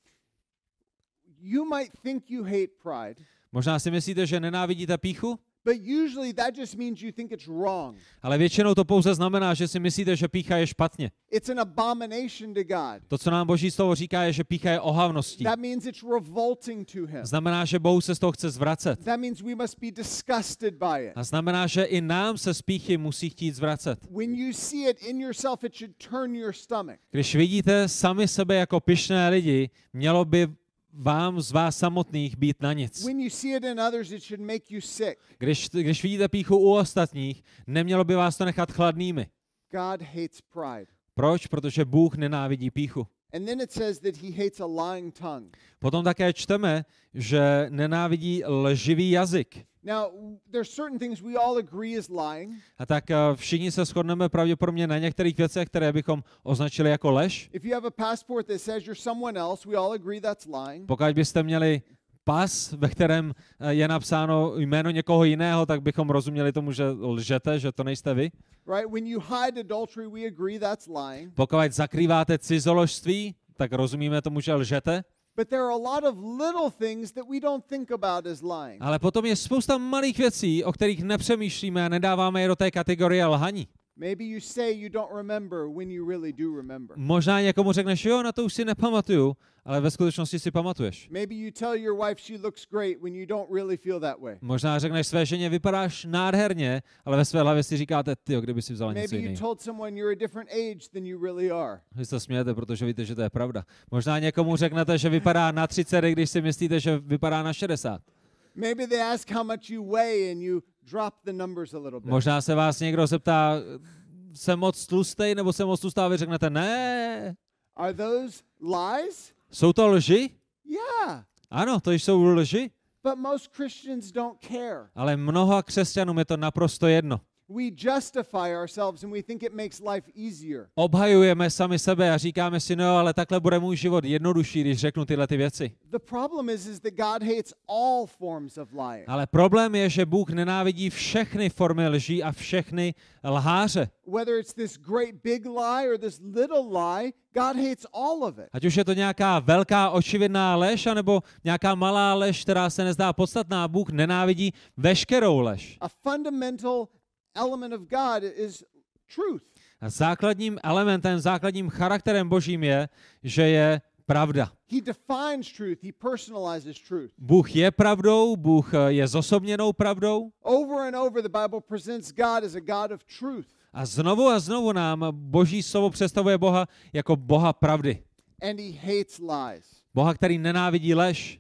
Speaker 1: You might think you hate pride,
Speaker 2: Možná si myslíte, že nenávidíte pýchu,
Speaker 1: but usually that just means you think it's wrong.
Speaker 2: ale většinou to pouze znamená, že si myslíte, že pýcha je špatně.
Speaker 1: It's an abomination to God.
Speaker 2: To, co nám Boží slovo říká, je, že pýcha je ohavností.
Speaker 1: That means it's revolting to him.
Speaker 2: Znamená, že Bohu se z toho chce zvracet.
Speaker 1: That means we must be disgusted by it.
Speaker 2: A znamená, že i nám se z pýchy musí chtít zvracet.
Speaker 1: When you see it in yourself, it should turn your stomach.
Speaker 2: Když vidíte sami sebe jako pyšné lidi, mělo by vám z vás samotných být na nic.
Speaker 1: When you see it in others, it should make you sick.
Speaker 2: Když, když vidíte pýchu u ostatních, nemělo by vás to nechat chladnými.
Speaker 1: God hates pride.
Speaker 2: Proč? Protože Bůh nenávidí pýchu.
Speaker 1: And then it says that he hates a lying tongue.
Speaker 2: Potom také čteme, že nenávidí lživý jazyk.
Speaker 1: Now, there's certain things we all agree is lying.
Speaker 2: A tak eh, všichni se shodneme pravděpodobně na některých věcech, které bychom označili jako lež.
Speaker 1: If you have a passport that says you're someone else, we all agree that's lying.
Speaker 2: Pokud byste měli pas, ve kterém eh, je napsáno jméno někoho jiného, tak bychom rozuměli tomu, že lžete, že to nejste vy.
Speaker 1: Right? When you hide adultery, we agree that's lying.
Speaker 2: Pokud zakrýváte cizoložství, tak rozumíme tomu, že lžete.
Speaker 1: But there are a lot of little things that we don't think about as lying.
Speaker 2: Ale potom je spousta malých věcí, o kterých nepřemýšlíme a nedáváme je do té kategorie lhaní.
Speaker 1: Maybe you say you don't remember when you really do remember.
Speaker 2: Možná někomu řekneš, jo, na to už si nepamatuju, ale ve skutečnosti si pamatuješ.
Speaker 1: Maybe you tell your wife she looks great when you don't really feel that way.
Speaker 2: Možná řekneš své ženě, vypadáš nádherně, ale ve své hlavě si říkáte, tyjo, kdyby si vzala něco
Speaker 1: Maybe you
Speaker 2: jiného.
Speaker 1: told someone you're a different age than you really are.
Speaker 2: Vy se smějete, protože víte, že to je pravda. Možná někomu řeknete, že vypadá na třicet, když si myslíte, že vypadá na šedesát.
Speaker 1: Maybe they ask how much you weigh and you drop the numbers a little bit.
Speaker 2: Možná se vás někdo zeptá, jsem moc tlustej, nebo jsem moc tlustá, a vy řeknete, ne.
Speaker 1: Are those lies?
Speaker 2: Jsou to lži?
Speaker 1: Yeah.
Speaker 2: Ano, to jsou lži,
Speaker 1: But most Christians don't care.
Speaker 2: ale mnoha křesťanům je to naprosto jedno.
Speaker 1: We justify ourselves and we think it makes life easier.
Speaker 2: Obhajujeme sami sebe a říkáme si, no, ale takhle bude můj život jednodušší, když řeknu tyhle ty věci.
Speaker 1: The problem is, is that God hates all forms of lying.
Speaker 2: Ale problém je, že Bůh nenávidí všechny formy lží a všechny lháře.
Speaker 1: Whether it's this great big lie or this little lie, God hates all of it.
Speaker 2: Ať už je to nějaká velká očividná lež, anebo nějaká malá lež, která se nezdá podstatná, Bůh nenávidí veškerou lež.
Speaker 1: A fundamental element of God is truth.
Speaker 2: A základním elementem, základním charakterem Božím je, že je pravda.
Speaker 1: He defines truth. He personalizes truth.
Speaker 2: Bůh je pravdou, Bůh je zosobněnou pravdou
Speaker 1: Over and over the Bible presents God as a God of truth.
Speaker 2: a znovu a znovu nám Boží slovo představuje Boha jako Boha pravdy.
Speaker 1: And he hates lies.
Speaker 2: Boha, který nenávidí lež.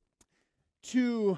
Speaker 1: To,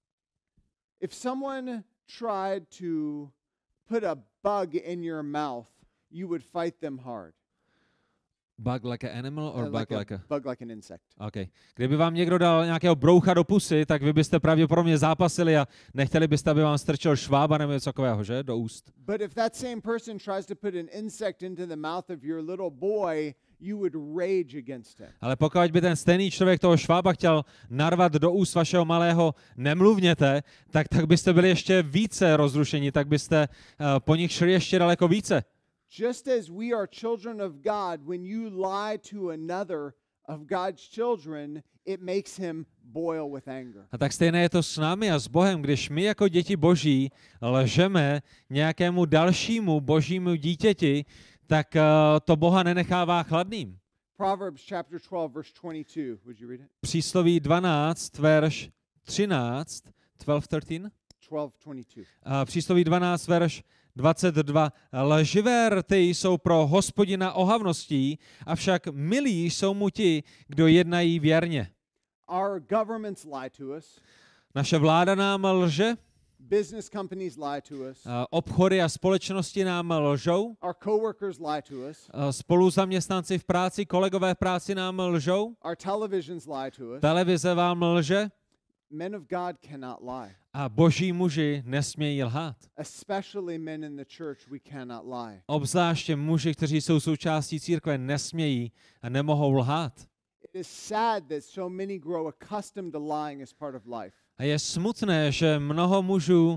Speaker 1: if someone tried to put a bug in your mouth, you would fight them hard.
Speaker 2: Bug like an animal or
Speaker 1: Uh,
Speaker 2: bug
Speaker 1: like a
Speaker 2: like a...
Speaker 1: bug like an insect.
Speaker 2: Okay. Kdyby vám někdo dal nějakého broucha do pusy, tak vy byste pravděpodobně zápasili a nechtěli byste, aby vám strčil švába nebo něco takového, že? Do úst.
Speaker 1: But if that same person tries to put an insect into the mouth of your little boy, you would rage against him.
Speaker 2: Ale pokud by ten stejný člověk toho švába chtěl narvat do úst vašeho malého nemluvněte, tak, tak byste byli ještě více rozrušeni, tak byste uh, po nich šli ještě daleko více.
Speaker 1: Just as we are children of God, when you lie to another of God's children, it makes him boil with anger.
Speaker 2: A tak stejné je to s námi a s Bohem, když my jako děti Boží lžeme nějakému dalšímu božímu dítěti, tak uh, to Boha nenechává chladným.
Speaker 1: Proverbs chapter twelve, verse twenty-two. Would you read it?
Speaker 2: Přísloví dvanáct, verš třináct, dvanáct, třináct.
Speaker 1: twelve twenty-two.
Speaker 2: A přísloví dvanáct, verš dvacet dva. Lživé rty jsou pro Hospodina ohavností, avšak milí jsou mu ti, kdo jednají věrně.
Speaker 1: Our governments lie to us.
Speaker 2: Naše vláda nám lže,
Speaker 1: Business companies lie to us.
Speaker 2: a obchody a společnosti nám lžou,
Speaker 1: Our coworkers lie to us.
Speaker 2: a spoluzaměstnanci v práci, kolegové v práci nám lžou,
Speaker 1: Our televisions lie to us.
Speaker 2: televize vám lže
Speaker 1: Men of God cannot lie.
Speaker 2: a boží muži nesmějí lhát.
Speaker 1: Especially men in the church, we cannot lie.
Speaker 2: Obzvláště muži, kteří jsou součástí církve, nesmějí a nemohou lhát.
Speaker 1: It is sad that so many grow accustomed to lying as part of life.
Speaker 2: A je smutné, že mnoho mužů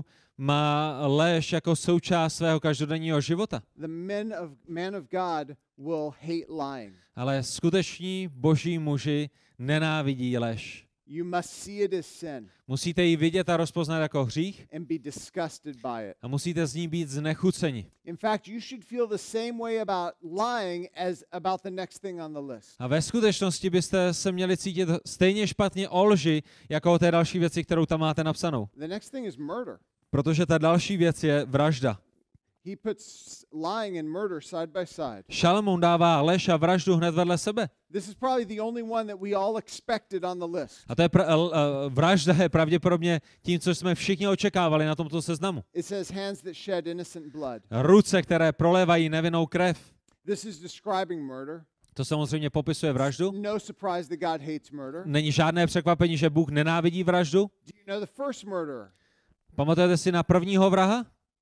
Speaker 2: má lež jako součást svého každodenního života.
Speaker 1: The men of man of God will hate lying.
Speaker 2: Ale skuteční boží muži nenávidí lež.
Speaker 1: You must see it as sin
Speaker 2: Musíte ji vidět a rozpoznat jako hřích
Speaker 1: and be disgusted by it.
Speaker 2: a musíte z ní být znechuceni.
Speaker 1: In fact, you should feel the same way about lying as about the next thing on the list.
Speaker 2: A ve skutečnosti byste se měli cítit stejně špatně o lži, jako o té další věci, kterou tam máte napsanou.
Speaker 1: The next thing is murder.
Speaker 2: Protože ta další věc je vražda.
Speaker 1: He puts lying and murder side by side.
Speaker 2: Šalamoun dává lež a vraždu hned vedle sebe.
Speaker 1: This is probably the only one that we all expected on the list.
Speaker 2: A to je pra- uh, vražda je pravděpodobně tím, co jsme všichni očekávali na tomto seznamu.
Speaker 1: It says hands that shed innocent blood.
Speaker 2: Ruce, které prolévají nevinnou krev.
Speaker 1: This is describing murder.
Speaker 2: To samozřejmě popisuje vraždu.
Speaker 1: No surprise that God hates murder.
Speaker 2: Není žádné překvapení, že Bůh nenávidí vraždu.
Speaker 1: Do you know the first murderer?
Speaker 2: Pamatujete si na prvního vraha?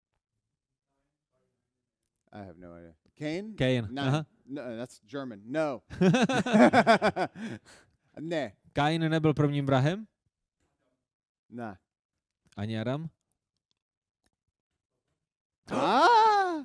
Speaker 1: I have no idea. Cain?
Speaker 2: Cain.
Speaker 1: No,
Speaker 2: Aha.
Speaker 1: no that's German. No. ne.
Speaker 2: Kain nebyl prvním vrahem?
Speaker 1: Ne.
Speaker 2: Ani Adam?
Speaker 1: Ah!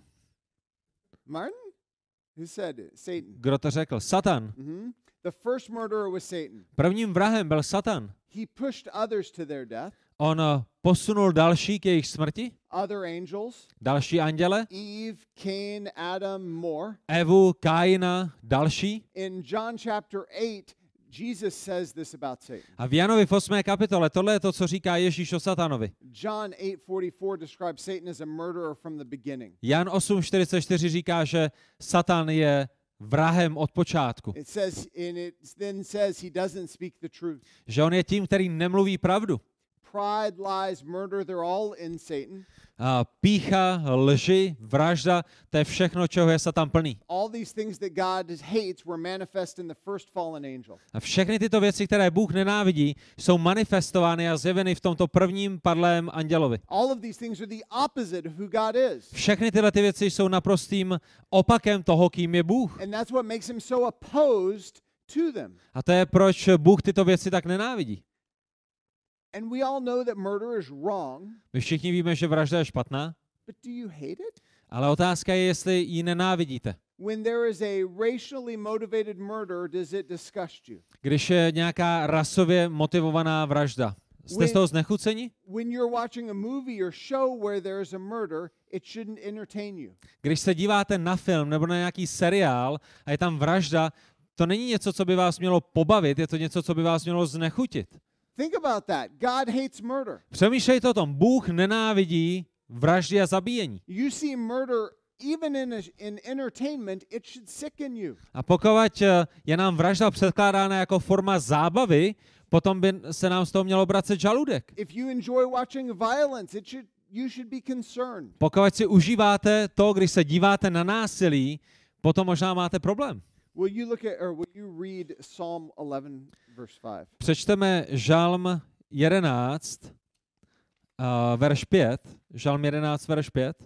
Speaker 1: Martin? Who said it? Satan.
Speaker 2: Kdo to řekl? Satan.
Speaker 1: hmm The first murderer was Satan.
Speaker 2: Prvním vrahem byl Satan.
Speaker 1: He pushed others to their death.
Speaker 2: On uh, posunul další k jejich smrti,
Speaker 1: Other angels.
Speaker 2: další anděle,
Speaker 1: Eve, Cain, Adam, more.
Speaker 2: Evu, Kaina, další.
Speaker 1: In John chapter eight, Jesus says this about Satan.
Speaker 2: A v Janovi v osmé kapitole tohle je to, co říká Ježíš o Satanovi.
Speaker 1: John eight forty-four describes Satan as a murderer from the beginning.
Speaker 2: Jan osm čtyřicet čtyři říká, že Satan je vrahem od počátku.
Speaker 1: It says, and it then says he doesn't speak the truth.
Speaker 2: Že on je tím, který nemluví pravdu.
Speaker 1: Pride, lies, murder, they're all in Satan.
Speaker 2: A pýcha, lži, vražda, to je všechno, čeho je Satan plný.
Speaker 1: All these things that God hates were manifest in the first fallen angel.
Speaker 2: A všechny tyto věci, které Bůh nenávidí, jsou manifestovány a zjeveny v tomto prvním padlém andělovi.
Speaker 1: All of these things are the opposite of who God is.
Speaker 2: Všechny tyhle ty věci jsou naprostým opakem toho, kým je Bůh.
Speaker 1: And that's what makes him so opposed to them.
Speaker 2: A to je, proč Bůh tyto věci tak nenávidí.
Speaker 1: And we all know that murder is wrong,
Speaker 2: My všichni víme, že vražda je špatná,
Speaker 1: but do you hate it?
Speaker 2: ale otázka je, jestli ji nenávidíte.
Speaker 1: When there is a racially motivated murder, does it disgust you?
Speaker 2: Když je nějaká rasově motivovaná vražda, jste z toho znechuceni?
Speaker 1: When you're watching a movie or show where there is a murder, it shouldn't entertain you.
Speaker 2: Když se díváte na film nebo na nějaký seriál a je tam vražda, to není něco, co by vás mělo pobavit, je to něco, co by vás mělo znechutit.
Speaker 1: Think about that. God hates murder.
Speaker 2: Přemýšlejte o tom, Bůh nenávidí vraždy a zabíjení.
Speaker 1: You see murder even in, a, in entertainment, it should sicken you.
Speaker 2: A pokud je nám vražda předkládána jako forma zábavy, potom by se nám z toho mělo obracet žaludek.
Speaker 1: If you enjoy watching violence, it should, you should be concerned.
Speaker 2: Pokud si užíváte to, když se díváte na násilí, potom možná máte problém.
Speaker 1: Will you look at, or will you read Psalm eleven, verse five?
Speaker 2: Přečteme Žalm jedenáct, uh, verš pět. Žalm jedenáct, verš pět.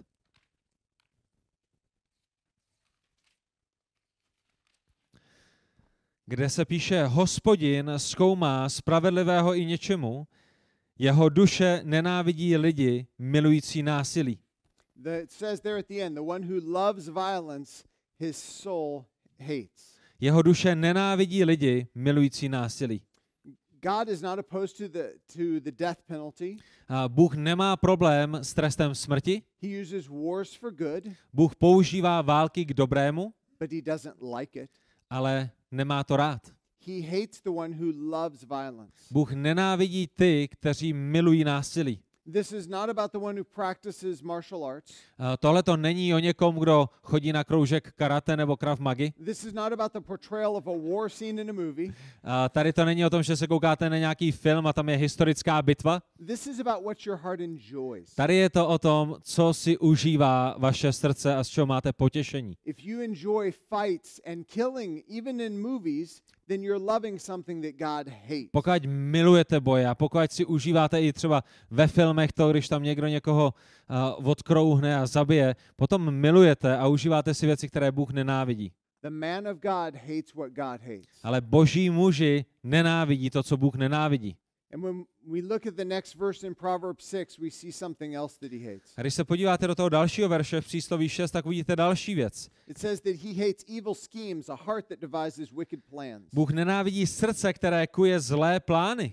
Speaker 2: Kde se píše, Hospodin zkoumá spravedlivého i něčemu, jeho duše nenávidí lidi milující násilí.
Speaker 1: The, it says there at the end, the one who loves violence, his soul hates.
Speaker 2: Jeho duše nenávidí lidi milující násilí.
Speaker 1: God is not opposed to the to the death penalty.
Speaker 2: A Bůh nemá problém s trestem smrti.
Speaker 1: He uses wars for good,
Speaker 2: Bůh používá války k dobrému,
Speaker 1: but he doesn't like it.
Speaker 2: ale nemá to rád.
Speaker 1: He hates the one who loves violence.
Speaker 2: Bůh nenávidí ty, kteří milují násilí.
Speaker 1: This is not about the one who practices martial arts.
Speaker 2: Tohle to není o někom, kdo chodí na kroužek karate nebo krav magi.
Speaker 1: This is not about the portrayal of a war scene in a movie.
Speaker 2: Tady to není o tom, že se koukáte na nějaký film a tam je historická bitva.
Speaker 1: This is about what your heart enjoys.
Speaker 2: Tady je to o tom, co si užívá vaše srdce a z čeho máte potěšení.
Speaker 1: If you enjoy fights and killing even in movies, then you're loving something that God hates.
Speaker 2: Pokud milujete boje a pokud si užíváte i třeba ve filmech to, když tam někdo někoho uh, odkrouhne a zabije, potom milujete a užíváte si věci, které Bůh nenávidí.
Speaker 1: The man of God hates what God hates.
Speaker 2: Ale boží muži nenávidí to, co Bůh nenávidí.
Speaker 1: And when we look at the next verse in Proverbs six, we see something else that he hates.
Speaker 2: A když se podíváte do toho dalšího verše v přísloví šest, tak vidíte další věc.
Speaker 1: It says that he hates evil schemes, a heart that devises wicked plans.
Speaker 2: Bůh nenávidí srdce, které kuje zlé plány.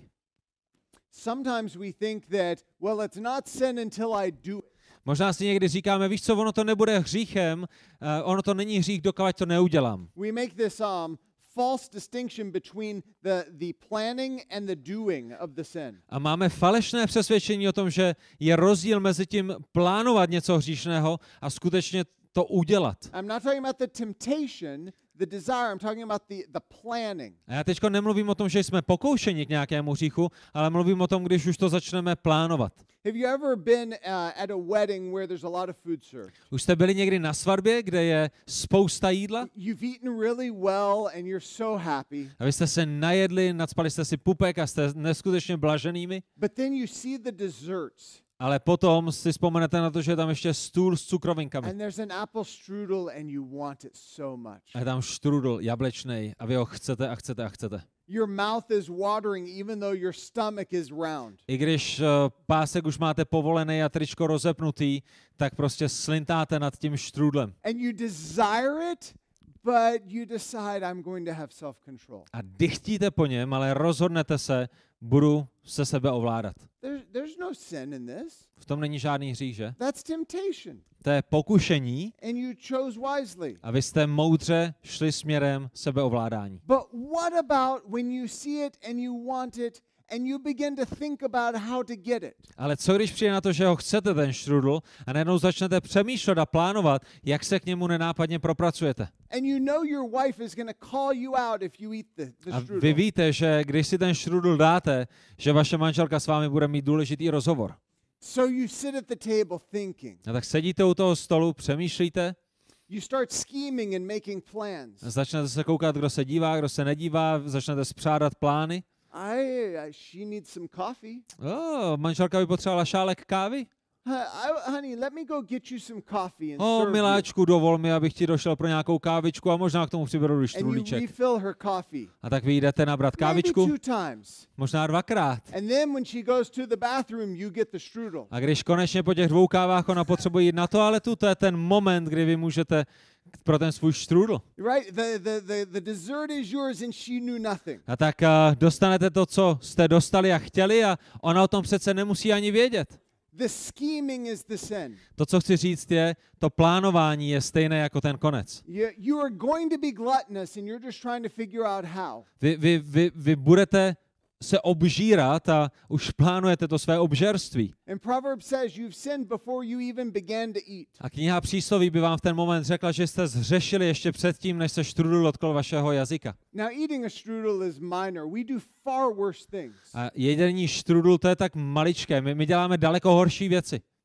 Speaker 1: Sometimes we think that, well, it's not sin until I do it.
Speaker 2: Možná si někdy říkáme, víš co, ono to nebude hříchem, uh, ono to není hřích, dokud to neudělám.
Speaker 1: We make this um, false distinction between the, the planning and the doing of the sin.
Speaker 2: A máme falešné přesvědčení o tom, že je rozdíl mezi tím plánovat něco hříšného a skutečně to udělat.
Speaker 1: I'm not talking about the temptation, the desire, I'm talking about the, the planning.
Speaker 2: A já teďko nemluvím o tom, že jsme pokoušeni k nějakému hříchu, ale mluvím o tom, když už to začneme plánovat.
Speaker 1: Have you ever been uh, at a wedding where there's a lot of food served?
Speaker 2: Už jste byli někdy na svatbě, kde je spousta jídla?
Speaker 1: You've eaten really well and you're so happy.
Speaker 2: A vy jste se najedli, nacpali jste si pupek a jste neskutečně blaženými,
Speaker 1: But then you see the desserts.
Speaker 2: ale potom si vzpomenete na to, že je tam ještě stůl s cukrovinkami.
Speaker 1: And there's an apple strudel and you want it so much.
Speaker 2: A je tam štrudl jablečnej a vy ho chcete a chcete a chcete.
Speaker 1: Your mouth is watering even though your stomach is round.
Speaker 2: I když uh, pásek už máte povolený a tričko rozepnutý, tak prostě slintáte nad tím štrudlem.
Speaker 1: And you desire it, but you decide I'm going to have self-control.
Speaker 2: A dychtíte po něm, ale rozhodnete se, budu se sebe ovládat.
Speaker 1: There's, there's no sin in this.
Speaker 2: V tom není žádný hřích, že?
Speaker 1: That's temptation.
Speaker 2: To je pokušení
Speaker 1: And you chose wisely.
Speaker 2: a vy jste moudře šli směrem sebeovládání.
Speaker 1: But what about when you see it and you want it and you begin to think about how to get it?
Speaker 2: Ale co když přijde na to, že ho chcete, ten štrudl, a najednou začnete přemýšlet a plánovat, jak se k němu nenápadně propracujete.
Speaker 1: And you know your wife is going to call you out if you eat the, the
Speaker 2: A vy
Speaker 1: strudel.
Speaker 2: víte, že když si ten štrudl dáte, že vaše manželka s vámi bude mít důležitý rozhovor.
Speaker 1: So you sit at the table thinking.
Speaker 2: A tak sedíte u toho stolu, přemýšlíte,
Speaker 1: You start scheming and making plans.
Speaker 2: začnete se koukat, kdo se dívá, kdo se nedívá, začnete spřádat plány.
Speaker 1: I, I she needs some coffee.
Speaker 2: Oh, manželka by potřebovala šálek kávy?
Speaker 1: Huh, I, honey, let me go get you some coffee and
Speaker 2: O,
Speaker 1: serve you.
Speaker 2: miláčku, dovol mi, abych ti došel pro nějakou kávičku a možná k tomu přiberu
Speaker 1: And you
Speaker 2: štrudlíček.
Speaker 1: refill her coffee. Uh,
Speaker 2: A tak vy jdete nabrat
Speaker 1: Maybe
Speaker 2: kávičku,
Speaker 1: two times.
Speaker 2: možná dvakrát.
Speaker 1: And then when she goes to the bathroom, you get the strudel.
Speaker 2: A když konečně po těch dvou kávách ona potřebuje jít na toaletu, to je ten moment, kdy vy můžete pro ten svůj štrudl.
Speaker 1: Right? The, the, the, the dessert is yours and she knew nothing.
Speaker 2: A tak uh, dostanete to, co jste dostali a chtěli a ona o tom přece nemusí ani vědět.
Speaker 1: The scheming is the sin.
Speaker 2: To, co chci říct, je, to plánování je stejné jako ten konec.
Speaker 1: You, you are going to be gluttonous and you're just trying to figure out how.
Speaker 2: Vy, vy, vy, vy budete se obžírat a už plánujete to své obžerství.
Speaker 1: And Proverbs says you've sinned before you even began to eat.
Speaker 2: A kniha Přísloví by vám v ten moment řekla, že jste zhřešili ještě předtím, než se štrudl dotkl vašeho jazyka.
Speaker 1: Now eating a strudel is minor. We do far worse things.
Speaker 2: A jedení štrudl, to je tak maličké. My, my děláme daleko horší věci.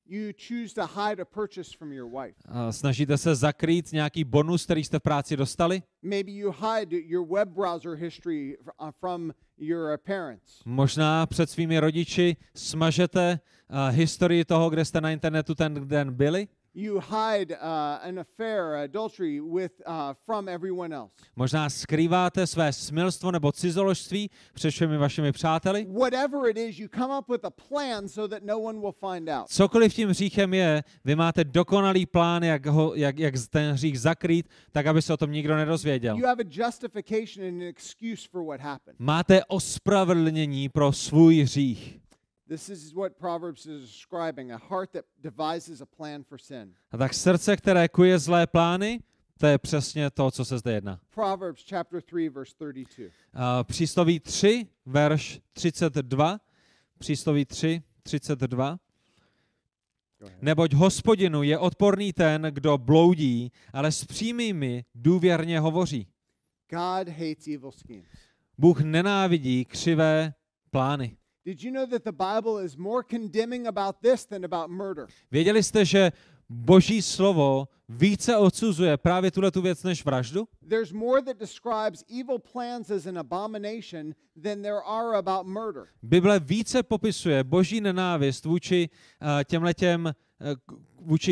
Speaker 1: you choose to hide a purchase from your wife.
Speaker 2: A snažíte se zakrýt nějaký bonus, který jste v práci dostali?
Speaker 1: Maybe you hide your web browser history f- from your parents.
Speaker 2: Možná před svými rodiči smažete uh, historii toho, kde jste na internetu ten den byli?
Speaker 1: You hide uh, an affair, adultery with uh, from everyone else.
Speaker 2: Možná skrýváte své smilstvo nebo cizoložství před všemi vašimi přáteli?
Speaker 1: Whatever it is, you come up with a plan so that no one will find out.
Speaker 2: Cokoliv tím hříchem je, vy máte dokonalý plán, jak, ho, jak, jak ten hřích zakrýt, tak aby se o tom nikdo nedozvěděl.
Speaker 1: You have a justification and an excuse for what happened.
Speaker 2: Máte ospravedlnění pro svůj hřích.
Speaker 1: This is what Proverbs is describing, a heart that devises a plan for sin.
Speaker 2: A tak srdce, které kuje zlé plány, to je přesně to, co se zde jedná.
Speaker 1: Proverbs chapter three verse thirty-two.
Speaker 2: Uh, přísloví tři, verš třicet dva. Přísloví tři, třicet dva. Neboť Hospodinu je odporný ten, kdo bloudí, ale s přímými důvěrně hovoří.
Speaker 1: God hates evil schemes.
Speaker 2: Bůh nenávidí křivé plány.
Speaker 1: Did you know that the Bible is more condemning about this than about murder?
Speaker 2: Věděli jste, že Boží slovo více odsuzuje právě tuhletu věc než vraždu?
Speaker 1: There's more that describes evil plans as an abomination than there are about murder.
Speaker 2: Bible více popisuje Boží nenávist vůči uh, těmhletěm, uh, vůči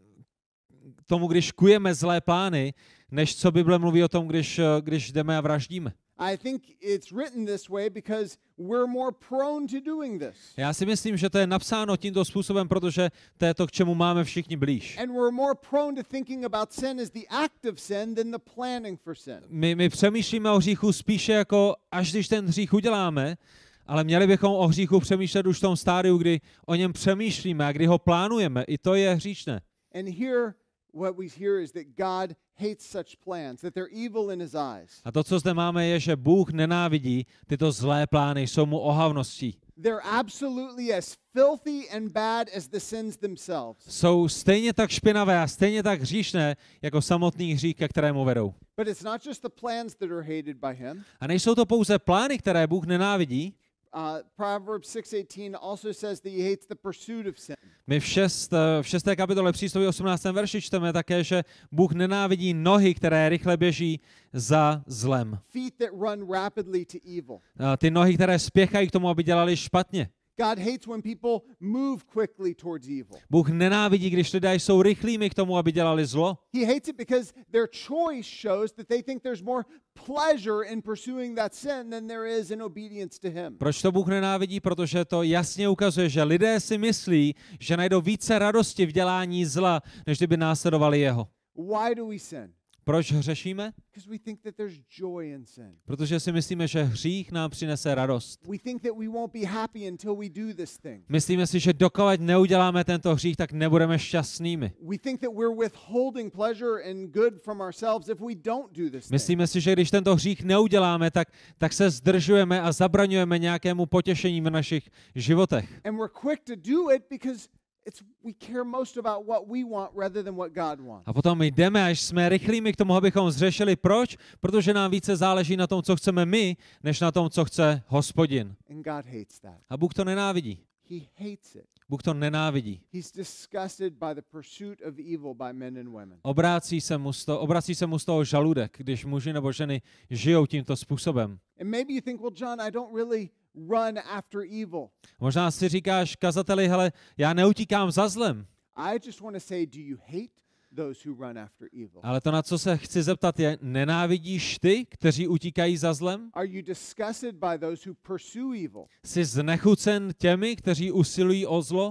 Speaker 2: tomu, když kujeme zlé plány, než co Bible mluví o tom, když, uh, když jdeme a vraždíme.
Speaker 1: I think it's written this way because we're more prone to doing this.
Speaker 2: Já si myslím, že to je napsáno tímto způsobem, protože to je to, k čemu máme všichni blíž.
Speaker 1: And we're more prone to thinking about sin as the act of sin than the planning for sin.
Speaker 2: My, my přemýšlíme o hříchu spíše jako, až když ten hřích uděláme, ale měli bychom o hříchu přemýšlet už v tom stádiu, kdy o něm přemýšlíme a kdy ho plánujeme. I to je hříšné.
Speaker 1: And here what we hear is that God hates such plans, that they're evil in his eyes.
Speaker 2: A to, co zde máme, je, že Bůh nenávidí tyto zlé plány, jsou mu ohavností.
Speaker 1: They're absolutely as filthy and bad as the sins themselves.
Speaker 2: Jsou stejně tak špinavé a stejně tak hříšné, jako samotný hřích, ke kterému vedou.
Speaker 1: But it's not just the plans that are hated by him.
Speaker 2: A nejsou to pouze plány, které Bůh nenávidí.
Speaker 1: Uh, Proverbs six eighteen also says that he hates the pursuit of sin.
Speaker 2: My v, šest, v šesté kapitole přísloví osmnáctém verši čteme také, že Bůh nenávidí nohy, které rychle běží za zlem.
Speaker 1: Feet that run rapidly to evil.
Speaker 2: A ty nohy, které spěchají k tomu, aby dělali špatně.
Speaker 1: God hates when people move quickly towards evil.
Speaker 2: Bůh nenávidí, když lidé jsou rychlými k tomu, aby dělali zlo.
Speaker 1: He hates it because their choice shows that they think there's more pleasure in pursuing that sin than there is in obedience to him.
Speaker 2: Proč to Bůh nenávidí? Protože to jasně ukazuje, že lidé si myslí, že najdou více radosti v dělání zla, než kdyby následovali jeho.
Speaker 1: Why do we sin?
Speaker 2: Proč hřešíme?
Speaker 1: Because we think that there's joy in sin.
Speaker 2: Protože si myslíme, že hřích nám přinese radost.
Speaker 1: We think that we won't be happy until we do this thing.
Speaker 2: Myslíme si, že dokud neuděláme tento hřích, tak nebudeme šťastnými.
Speaker 1: We think that we're withholding pleasure and good from ourselves if we don't do this thing.
Speaker 2: Myslíme si, že když tento hřích neuděláme, tak, tak se zdržujeme a zabraňujeme nějakému potěšení v našich životech.
Speaker 1: And we're quick to do it because it's we care most about what we want rather than what God wants.
Speaker 2: A potom jdeme, až jsme rychlými k tomu, abychom zřešili. Proč? Protože nám více záleží na tom, co chceme my, než na tom, co chce Hospodin.
Speaker 1: And God hates that.
Speaker 2: A Bůh to nenávidí.
Speaker 1: He hates it.
Speaker 2: Bůh to nenávidí.
Speaker 1: He's disgusted by the pursuit of evil by men and women.
Speaker 2: Obrácí se mu z toho, obrací se mu z toho žaludek, když muži nebo ženy žijou tímto způsobem.
Speaker 1: And maybe you think, well, John, I don't really run after evil.
Speaker 2: Možná si říkáš, kazateli, hele, já neutíkám za zlem.
Speaker 1: I just want to say, do you hate those who run after evil?
Speaker 2: Ale to, na co se chci zeptat, je, nenávidíš ty, kteří utíkají za zlem?
Speaker 1: Are you disgusted by those who pursue evil?
Speaker 2: Jsi znechucen těmi, kteří usilují o zlo?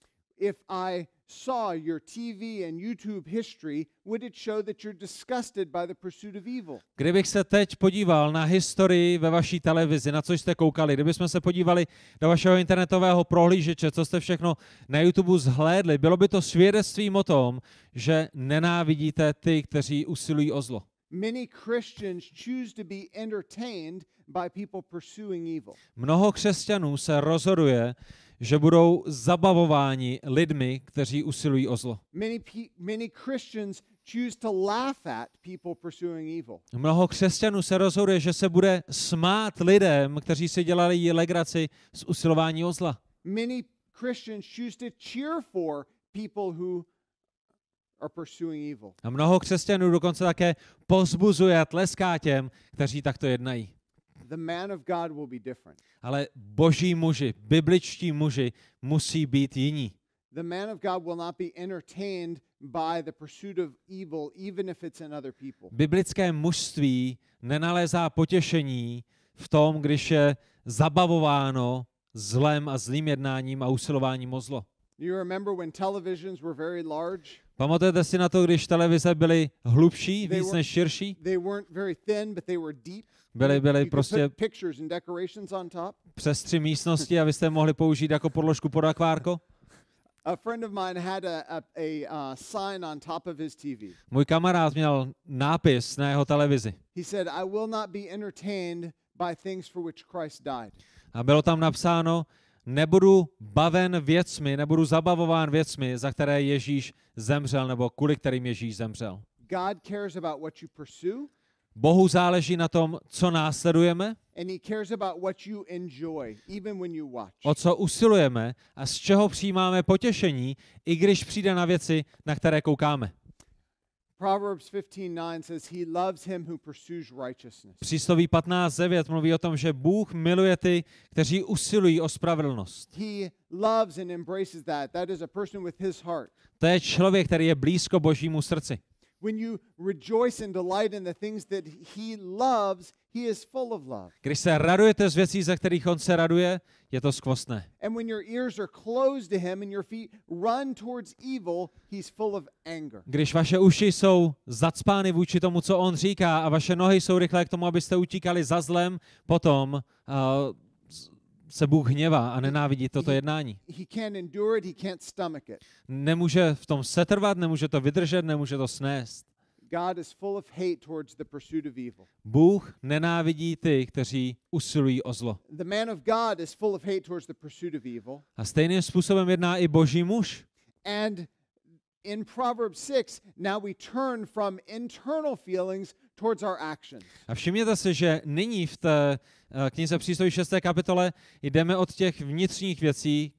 Speaker 1: If I saw your T V and YouTube history, would it show that you're disgusted by the pursuit of evil?
Speaker 2: Kdybych se teď podíval na historii ve vaší televizi, na co jste koukali, kdybychom se podívali do vašeho internetového prohlížeče, co jste všechno na YouTube zhlédli, bylo by to svědectvím o tom, že nenávidíte ty, kteří usilují o zlo.
Speaker 1: Many Christians choose to be entertained by people pursuing evil.
Speaker 2: Mnoho křesťanů se rozhoduje, že budou zabavováni lidmi, kteří usilují o zlo.
Speaker 1: Many pe- many Christians choose to laugh at people pursuing evil.
Speaker 2: Mnoho křesťanů se rozhoduje, že se bude smát lidem, kteří si dělali legraci z usilování o zla.
Speaker 1: Many Christians choose to cheer for people who are pursuing evil.
Speaker 2: A mnoho křesťanů dokonce také povzbuzuje a tleská těm, kteří takto jednají.
Speaker 1: The man of God will be different.
Speaker 2: Ale boží muži, bibličtí muži musí být jiní.
Speaker 1: The man of God will not be entertained by the pursuit of evil, even if it's in other people.
Speaker 2: Biblické mužství nenalézá potěšení v tom, když je zabavováno zlem a zlým jednáním a usilováním o zlo.
Speaker 1: Do you remember when televisions were very large?
Speaker 2: Pamatujete si na to, když televize byly hlubší,
Speaker 1: They
Speaker 2: víc
Speaker 1: were-
Speaker 2: než širší?
Speaker 1: They weren't very thin, but they were deep.
Speaker 2: Byly, byly
Speaker 1: You could
Speaker 2: prostě
Speaker 1: put pictures and decorations on top.
Speaker 2: přes tři místnosti, abyste je mohli použít jako podložku pod akvárko.
Speaker 1: A friend of mine had a, a, a uh, sign on top of his T V.
Speaker 2: Můj kamarád měl nápis na jeho televizi
Speaker 1: He said, I will not be entertained by things for which Christ died.
Speaker 2: a bylo tam napsáno: nebudu baven věcmi, nebudu zabavován věcmi, za které Ježíš zemřel, nebo kvůli kterým Ježíš zemřel.
Speaker 1: God cares about what you pursue,
Speaker 2: Bohu záleží na tom, co následujeme,
Speaker 1: and he cares about what you enjoy, even when you watch.
Speaker 2: o co usilujeme a z čeho přijímáme potěšení, i když přijde na věci, na které koukáme.
Speaker 1: Proverbs fifteen nine says, he loves him who pursues righteousness.
Speaker 2: Přísloví patnáct devět mluví o tom, že Bůh miluje ty, kteří usilují o spravedlnost.
Speaker 1: He loves and embraces that. That is a person with his heart.
Speaker 2: To je člověk, který je blízko Božímu srdci.
Speaker 1: When you rejoice and delight in the things that he loves, he is full of love.
Speaker 2: Když se radujete z věcí, ze kterých on se raduje, je to skvostné.
Speaker 1: And when your ears are closed to him and your feet run towards evil, he's full of anger.
Speaker 2: Když vaše uši jsou zacpány vůči tomu, co on říká, a vaše nohy jsou rychlé k tomu, abyste utíkali za zlem, potom uh, se Bůh hněvá a nenávidí toto jednání.
Speaker 1: He can't endure it, he can't stomach it.
Speaker 2: Nemůže v tom setrvat, nemůže to vydržet, nemůže to snést.
Speaker 1: God is full of hate towards the pursuit of evil.
Speaker 2: Bůh nenávidí ty, kteří usilují o zlo.
Speaker 1: The man of God is full of hate towards the pursuit of evil.
Speaker 2: A stejným způsobem jedná i Boží muž.
Speaker 1: And in Proverbs six, now we turn from internal feelings towards our actions.
Speaker 2: A všimněte si, že nyní v té eh, knize Přísloví šesté kapitole jdeme od těch vnitřních věcí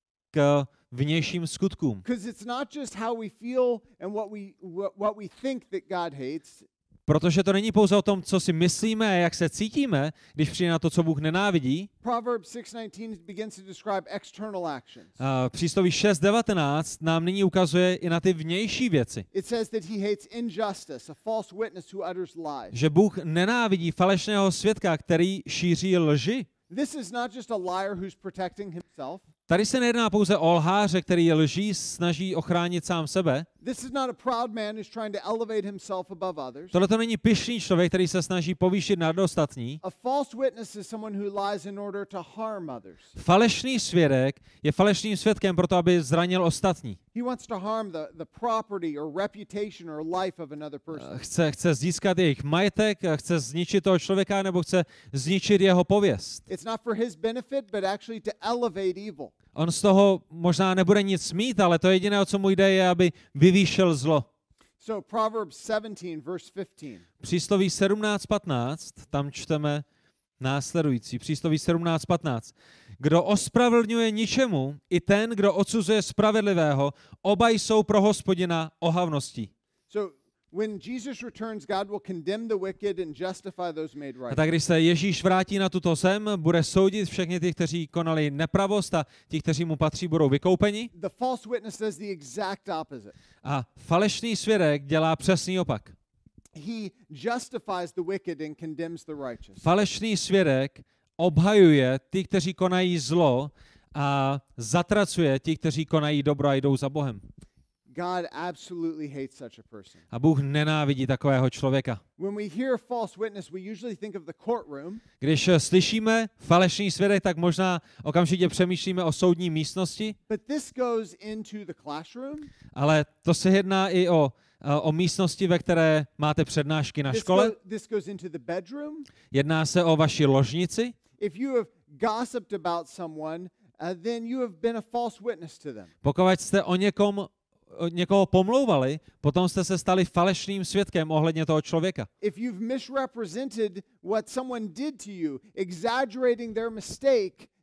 Speaker 2: k vnějším skutkům.
Speaker 1: Because it's not just how we feel and what we what, what we think that God hates.
Speaker 2: Protože to není pouze o tom, co si myslíme a jak se cítíme, když přijde na to, co Bůh nenávidí.
Speaker 1: Proverbs six nineteen begins to describe external actions.
Speaker 2: Uh, Přísloví šest devatenáct nám nyní ukazuje i na ty vnější věci.
Speaker 1: It says that he hates injustice, a false witness who utters lies.
Speaker 2: Že Bůh nenávidí falešného svědka, který šíří lži.
Speaker 1: This is not just a liar who's protecting himself.
Speaker 2: Tady se nejedná pouze o lháře, který lží snaží ochránit sám sebe.
Speaker 1: This is not a proud man who's trying to elevate himself above others.
Speaker 2: Tohle to není pyšný člověk, který se snaží povýšit nad ostatní.
Speaker 1: A false witness is someone who lies in order to harm others.
Speaker 2: Falešný svědek je falešným svědkem proto, aby zranil ostatní.
Speaker 1: He wants to harm the, the property or reputation or life of another person.
Speaker 2: Chce, chce získat jejich majetek, chce zničit toho člověka nebo chce zničit jeho pověst.
Speaker 1: It's not for his benefit, but actually to elevate evil.
Speaker 2: On z toho možná nebude nic mít, ale to jediné, o co mu jde, je, aby vyvýšil zlo.
Speaker 1: So Proverbs seventeen, verse fifteen.
Speaker 2: Přísloví sedmnáct patnáct, tam čteme následující. Přísloví sedmnáct patnáct. Kdo ospravedlňuje ničemu, i ten, kdo odsuzuje spravedlivého, oba jsou pro Hospodina ohavností.
Speaker 1: So when Jesus returns, God will condemn the wicked and justify those made
Speaker 2: A
Speaker 1: right.
Speaker 2: tak když se Ježíš vrátí na tuto zem, bude soudit všechny ty, kteří konali nepravost, a ti, kteří mu patří, budou vykoupeni.
Speaker 1: The false witness does the exact opposite.
Speaker 2: A falešný svědek dělá přesný opak.
Speaker 1: He justifies the wicked and condemns the righteous.
Speaker 2: Falešný svědek obhajuje ty, kteří konají zlo, a zatracuje ti, kteří konají dobro a jdou za Bohem.
Speaker 1: God absolutely hates such a person.
Speaker 2: A Bůh nenávidí takového člověka.
Speaker 1: When we hear false witness, we usually think of the courtroom,
Speaker 2: Když slyšíme falešný svědek, tak možná okamžitě přemýšlíme o soudní místnosti,
Speaker 1: but this goes into the classroom.
Speaker 2: ale to se jedná i o, o místnosti, ve které máte přednášky na
Speaker 1: This,
Speaker 2: škole.
Speaker 1: go, this goes into the bedroom.
Speaker 2: Jedná se o vaši ložnici.
Speaker 1: If you have gossiped about someone, uh, then you have been a false witness to them.
Speaker 2: Pokud jste o někom, o někoho pomlouvali, potom jste se stali falešným svědkem ohledně toho člověka.
Speaker 1: If you've misrepresented what someone did to you, exaggerating their mistake,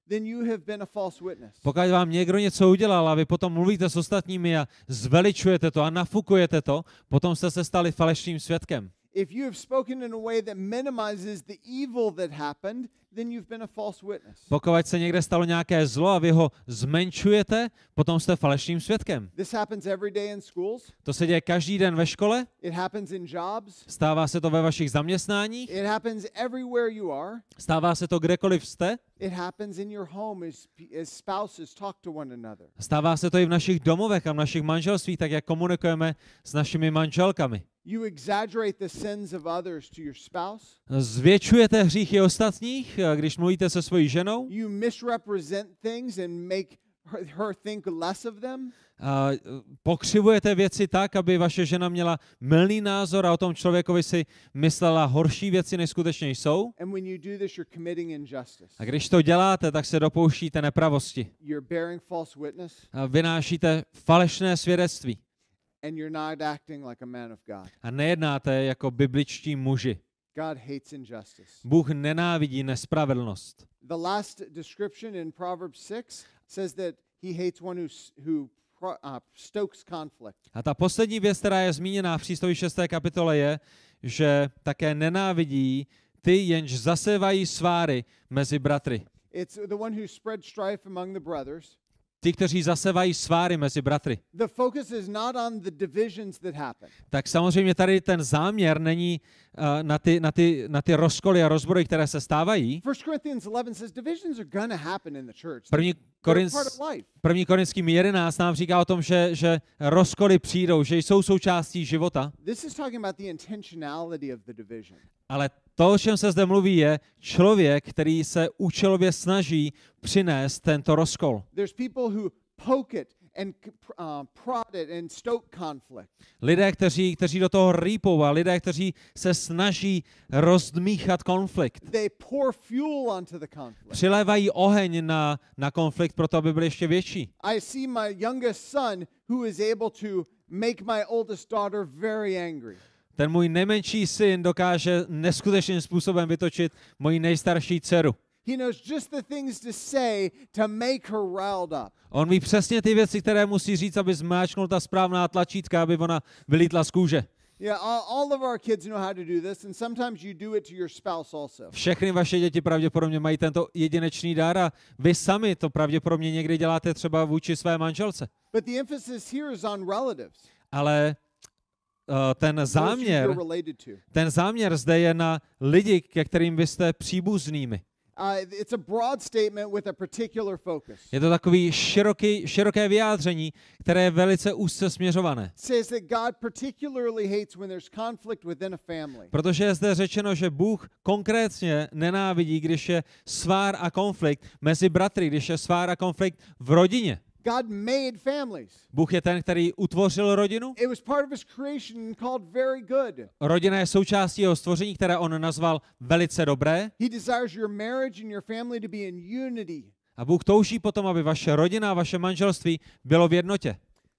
Speaker 1: then you have been a false witness.
Speaker 2: Pokud vám někdo něco udělal a vy potom mluvíte s ostatními a zveličujete to a nafukujete to, potom jste se stali falešným svědkem.
Speaker 1: If you have spoken in a way that minimizes the evil that happened, then you've been a false witness.
Speaker 2: Pokud se někde stalo nějaké zlo a vy ho zmenšujete, potom jste falešným svědkem.
Speaker 1: This happens every day in schools.
Speaker 2: To se děje každý den ve škole,
Speaker 1: It happens in jobs.
Speaker 2: stává se to ve vašich zaměstnáních,
Speaker 1: It happens everywhere you are.
Speaker 2: stává se to kdekoliv jste,
Speaker 1: It happens in your home as, as spouses talk to one another.
Speaker 2: stává se to i v našich domovech a v našich manželstvích, tak jak komunikujeme s našimi manželkami.
Speaker 1: You exaggerate the sins of others to your spouse.
Speaker 2: Zvětšujete hříchy ostatních, když mluvíte se svojí ženou.
Speaker 1: You misrepresent things and make her, her think less of them.
Speaker 2: A pokřivujete věci tak, aby vaše žena měla mylný názor a o tom člověkovi si myslela horší věci, než skutečně jsou.
Speaker 1: And when you do this, you're committing injustice.
Speaker 2: A když to děláte, tak se dopouštíte nepravosti.
Speaker 1: You're bearing false witness,
Speaker 2: A vynášíte falešné svědectví.
Speaker 1: and you're not acting like a man of God.
Speaker 2: A nejednáte jako bibličtí muži.
Speaker 1: God hates injustice.
Speaker 2: Bůh nenávidí nespravedlnost.
Speaker 1: The last description in Proverbs six says that he hates one who, s- who pro, uh, stokes conflict.
Speaker 2: A ta poslední věc, která je zmíněná v přísloví šesté kapitole, je, že také nenávidí ty, jenž zasévají sváry mezi bratry.
Speaker 1: It's the one who spread strife among the brothers.
Speaker 2: Ty, kteří zasevají sváry mezi bratry.
Speaker 1: The focus is not on the divisions that happen.
Speaker 2: Tak samozřejmě tady ten záměr není uh, na, ty, na, ty, na ty rozkoly a rozbory, které se stávají.
Speaker 1: First Corinthians eleven says divisions are going to happen in the church.
Speaker 2: První,
Speaker 1: They're
Speaker 2: Korinc,
Speaker 1: part of life.
Speaker 2: první Korinským jedenáct nám říká o tom, že, že rozkoly přijdou, že jsou součástí života,
Speaker 1: This is talking about the intentionality of the division.
Speaker 2: ale to, o čem se zde mluví, je člověk, který se účelově snaží přinést tento rozkol.
Speaker 1: There's people who poke it and uh, prod it and stoke conflict.
Speaker 2: Lidé, kteří, kteří do toho rýpou a lidé, kteří se snaží rozdmíchat konflikt.
Speaker 1: They pour fuel onto the conflict.
Speaker 2: Přilévají oheň na, na konflikt proto, aby byl ještě větší.
Speaker 1: I see my youngest son who is able to make my oldest daughter very angry.
Speaker 2: Ten můj nejmenší syn dokáže neskutečným způsobem vytočit moji nejstarší dceru.
Speaker 1: He knows just the things to say to make her riled up.
Speaker 2: On ví přesně ty věci, které musí říct, aby zmáčknul ta správná tlačítka, aby ona vylítla z kůže.
Speaker 1: Yeah, all, all of our kids know how to do this, and sometimes you do it to your spouse also.
Speaker 2: Všechny vaše děti pravděpodobně mají tento jedinečný dar a vy sami to pravděpodobně někdy děláte třeba vůči své manželce.
Speaker 1: But the emphasis here is on relatives.
Speaker 2: Ale uh, ten
Speaker 1: those who
Speaker 2: záměr,
Speaker 1: you're related to.
Speaker 2: ten záměr zde je na lidi, ke kterým vy jste příbuznými.
Speaker 1: Uh, it's a broad statement with a particular focus.
Speaker 2: Je to takový široký, široké vyjádření, které je velice úzce směřované.
Speaker 1: It says that God particularly hates when there's conflict within a family.
Speaker 2: Protože je zde řečeno, že Bůh konkrétně nenávidí, když je svár a konflikt mezi bratry, když je svár a konflikt v rodině.
Speaker 1: God made families.
Speaker 2: Bůh je ten, který utvořil rodinu.
Speaker 1: It was part of his creation and called very good.
Speaker 2: Rodina je součástí jeho stvoření, které on nazval velice dobré.
Speaker 1: He desires your marriage and your family to be in unity.
Speaker 2: A Bůh touží potom, aby vaše rodina a vaše manželství bylo v jednotě.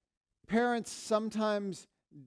Speaker 1: Parents sometimes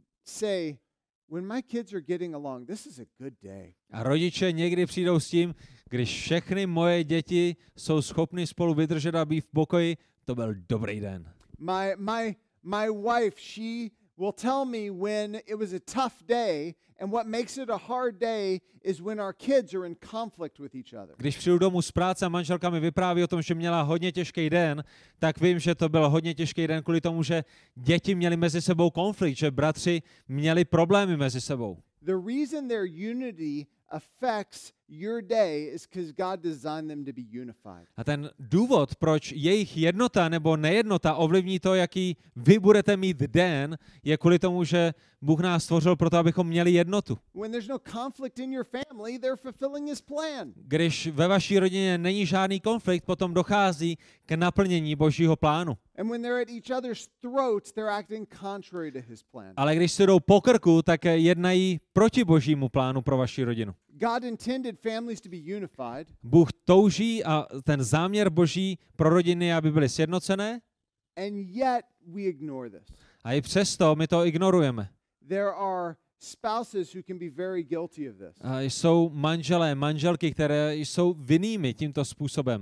Speaker 1: say, when my kids are getting along, this is a good day.
Speaker 2: A rodiče někdy přijdou s tím, když všechny moje děti jsou schopny spolu vydržet a být v pokoji, to byl dobrý den.
Speaker 1: My my my wife, she will tell me when it was a tough day, and what makes it a hard day is when our kids are in conflict with each other.
Speaker 2: Když přijdu domů z práce a manželka mi vypráví o tom, že měla hodně těžký den, tak vím, že to byl hodně těžký den kvůli tomu, že děti měly mezi sebou konflikt, že bratři měli problémy mezi sebou.
Speaker 1: The reason their unity affects your day is because God designed them to be unified.
Speaker 2: A ten důvod, proč jejich jednota nebo nejednota ovlivní to, jaký vy budete mít den, je kvůli tomu, že Bůh nás stvořil proto, abychom měli jednotu.
Speaker 1: When there's no conflict in your family, they're fulfilling his plan.
Speaker 2: Když ve vaší rodině není žádný konflikt, potom dochází k naplnění Božího plánu.
Speaker 1: And when they're at each other's throats, they're acting contrary to his plan.
Speaker 2: Ale když si jdou po krku, tak jednají proti Božímu plánu pro vaši rodinu.
Speaker 1: God intended families to be unified,
Speaker 2: Bůh touží a ten záměr Boží pro rodiny je, aby byly sjednocené,
Speaker 1: and yet we ignore this.
Speaker 2: a i přesto my to ignorujeme.
Speaker 1: There are spouses who can be very guilty of this.
Speaker 2: A jsou manželé, manželky, které jsou vinnými tímto způsobem.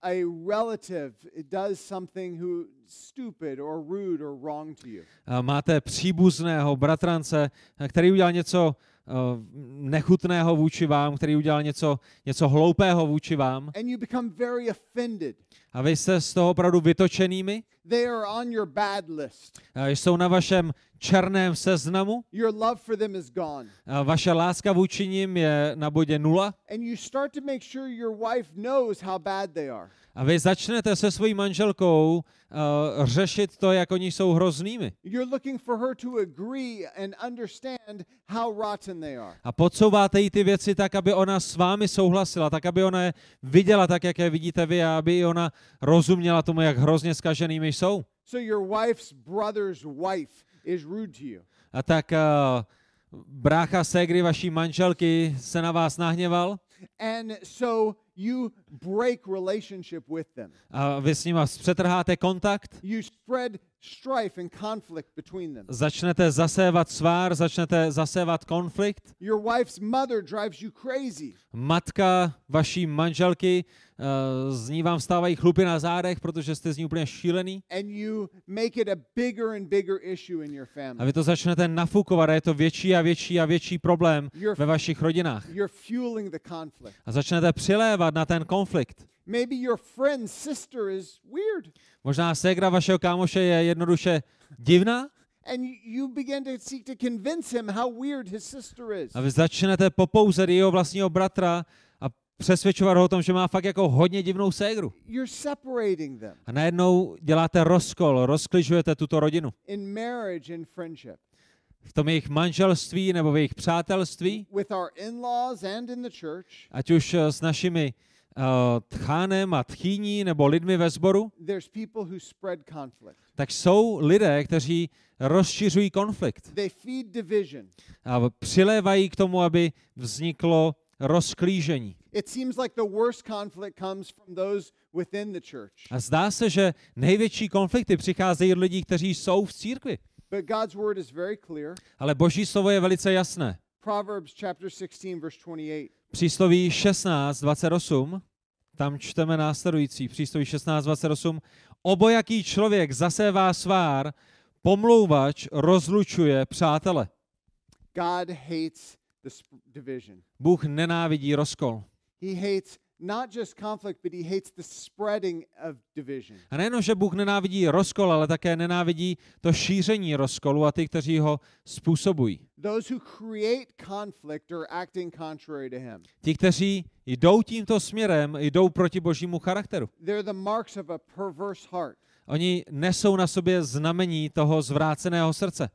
Speaker 1: a relative does something who stupid or rude or wrong to you.
Speaker 2: A máte příbuzného bratrance, který udělal něco uh, nechutného vůči vám, který udělal něco, něco hloupého vůči vám.
Speaker 1: And you become very offended.
Speaker 2: A vy jste z toho opravdu vytočenými.
Speaker 1: They are on your bad list.
Speaker 2: A jsou na vašem černém seznamu.
Speaker 1: Your love for them is gone.
Speaker 2: A vaše láska vůči nim je na bodě nula.
Speaker 1: And you start to make sure your wife knows how bad they are.
Speaker 2: A vy začnete se svojí manželkou uh, řešit to, jak oni jsou hroznými.
Speaker 1: You're looking for her to agree and understand how rotten they are.
Speaker 2: A podsouváte jí ty věci tak, aby ona s vámi souhlasila, tak, aby ona je viděla tak, jak je vidíte vy, a aby i ona rozuměla tomu, jak hrozně zkaženými jsou.
Speaker 1: So your wife's brother's wife is rude to you.
Speaker 2: A tak uh, brácha ségry vaší manželky se na vás nahněval.
Speaker 1: And so you break relationship with them.
Speaker 2: A vy s nima přetrháte kontakt.
Speaker 1: You spread strife and conflict between them.
Speaker 2: Začnete zasévat svár, začnete zasévat konflikt.
Speaker 1: Your wife's mother drives you crazy.
Speaker 2: Matka vaší manželky, uh, z ní vám stávají chlupy na zádech, protože jste z ní úplně šílený.
Speaker 1: And you make it a bigger and bigger issue in your family.
Speaker 2: A vy to začnete nafukovat a je to větší a větší a větší problém
Speaker 1: You're,
Speaker 2: ve vašich rodinách.
Speaker 1: you're fueling the conflict.
Speaker 2: A začnete přilévat na ten konflikt.
Speaker 1: Maybe your friend's sister is weird.
Speaker 2: Možná ségra vašeho kámoše je jednoduše divná
Speaker 1: And you, you begin to seek to convince him how weird his sister is.
Speaker 2: a vy začnete popouzet jeho vlastního bratra a přesvědčovat ho o tom, že má fakt jako hodně divnou ségru.
Speaker 1: You're separating them
Speaker 2: A najednou děláte rozkol, rozkližujete tuto rodinu.
Speaker 1: in marriage and friendship.
Speaker 2: V tom jejich manželství nebo v jejich přátelství,
Speaker 1: With our in-laws and in the church,
Speaker 2: ať už s našimi uh, tchánem a tchýní nebo lidmi ve sboru,
Speaker 1: there's people who spread conflict.
Speaker 2: tak jsou lidé, kteří rozšiřují konflikt
Speaker 1: They feed division.
Speaker 2: a přilévají k tomu, aby vzniklo rozklížení.
Speaker 1: It seems like the worst conflict comes from those within the church.
Speaker 2: A zdá se, že největší konflikty přicházejí od lidí, kteří jsou v církvi.
Speaker 1: But God's word is very clear.
Speaker 2: Ale Boží slovo je velice jasné.
Speaker 1: Proverbs chapter sixteen verse twenty-eight.
Speaker 2: Přísloví šestnáct dvacet osm, tam čteme následující. Přísloví šestnáct dvacet osm. Obojaký člověk zasévá svár, pomlouvač rozlučuje přátele.
Speaker 1: God hates the sp- division.
Speaker 2: Bůh nenávidí rozkol.
Speaker 1: He hates not just conflict, but he hates the spreading of division.
Speaker 2: A nejenom, že Bůh nenávidí rozkol, ale také nenávidí to šíření rozkolu a ty, kteří ho způsobují.
Speaker 1: Those who create conflict are acting contrary to him.
Speaker 2: Ti, kteří jdou tímto směrem, jdou proti Božímu charakteru.
Speaker 1: They're the marks of a perverse heart.
Speaker 2: Oni nesou na sobě znamení toho zvráceného srdce.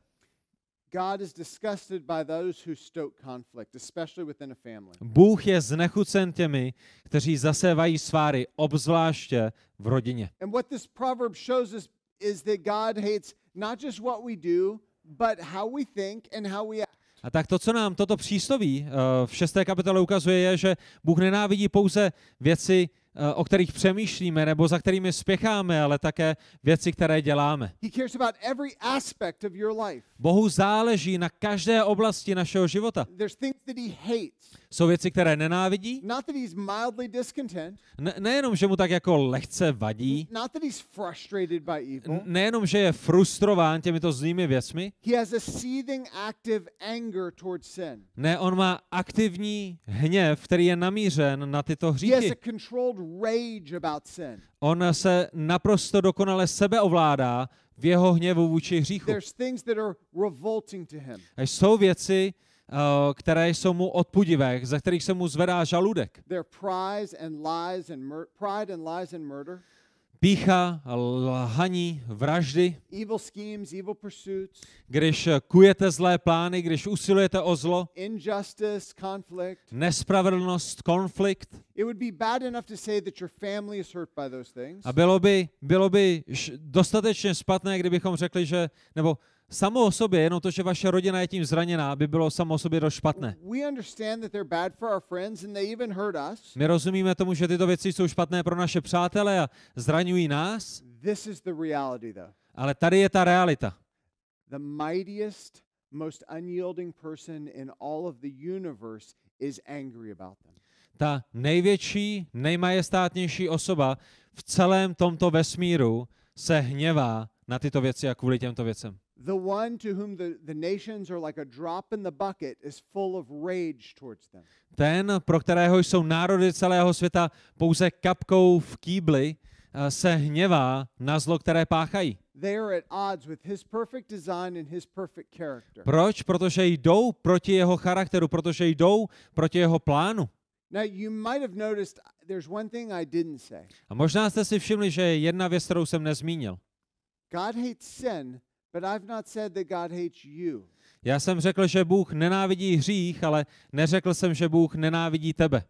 Speaker 1: God is disgusted by those who stoke conflict, especially within a family.
Speaker 2: Bůh je znechucen těmi, kteří zasévají sváry, obzvláště v rodině.
Speaker 1: And what this proverb shows us is that God hates not just what we do, but how we think and how we act.
Speaker 2: A tak to, co nám toto přísloví uh, v šesté kapitole ukazuje, je, že Bůh nenávidí pouze věci, uh, o kterých přemýšlíme nebo za kterými spěcháme, ale také věci, které děláme.
Speaker 1: He cares about every aspect of your life.
Speaker 2: Bohu záleží na každé oblasti našeho života.
Speaker 1: There's things that he hates.
Speaker 2: Jsou věci, které nenávidí.
Speaker 1: Not that he's mildly discontent.
Speaker 2: Ne- nejenom, že mu tak jako lehce vadí.
Speaker 1: Not that he's frustrated by evil.
Speaker 2: N- nejenom, že je frustrován těmito zlými věcmi.
Speaker 1: He has a seething, active anger towards sin.
Speaker 2: Ne, on má aktivní hněv, který je namířen na tyto
Speaker 1: He has
Speaker 2: hříchy.
Speaker 1: a controlled rage about sin.
Speaker 2: On se naprosto dokonale sebeovládá v jeho hněvu vůči hříchu.
Speaker 1: There's things that are revolting to him.
Speaker 2: A jsou věci, uh, které jsou mu odpudivé, za kterých se mu zvedá žaludek.
Speaker 1: Their pride and lies and mur- pride and lies and murder.
Speaker 2: Pýcha, lhaní, vraždy,
Speaker 1: Evil schemes, evil pursuits,
Speaker 2: když kujete zlé plány, když usilujete o zlo,
Speaker 1: injustice, conflict.
Speaker 2: nespravedlnost, konflikt.
Speaker 1: It would be bad enough to say that your family is hurt by those things.
Speaker 2: A bylo by, bylo by š- dostatečně špatné, kdybychom řekli, že, nebo samo o sobě, jenom to, že vaše rodina je tím zraněná, by bylo samo o sobě dost špatné.
Speaker 1: We understand that they're bad for our friends and they even hurt us.
Speaker 2: My rozumíme tomu, že tyto věci jsou špatné pro naše přátele a zraňují nás,
Speaker 1: This is the reality, though.
Speaker 2: ale tady je ta realita.
Speaker 1: The mightiest, most unyielding person in all of the universe is angry about them.
Speaker 2: ta největší, nejmajestátnější osoba v celém tomto vesmíru se hněvá na tyto věci a kvůli těmto věcem.
Speaker 1: The one to whom the, the nations are like a drop in the bucket is full of rage towards them.
Speaker 2: Ten, pro kterého jsou národy celého světa pouze kapkou v kýbli, se hněvá na zlo, které páchají.
Speaker 1: They are at odds with his perfect design and his perfect character.
Speaker 2: Proč? Protože jdou proti jeho charakteru, protože jdou proti jeho plánu.
Speaker 1: Now you might have noticed there's one thing I didn't say.
Speaker 2: A možná jste si všimli, že je jedna věc, kterou jsem nezmínil.
Speaker 1: God hates sin, but I've not said that God hates you.
Speaker 2: Já jsem řekl, že Bůh nenávidí hřích, ale neřekl jsem, že Bůh nenávidí tebe.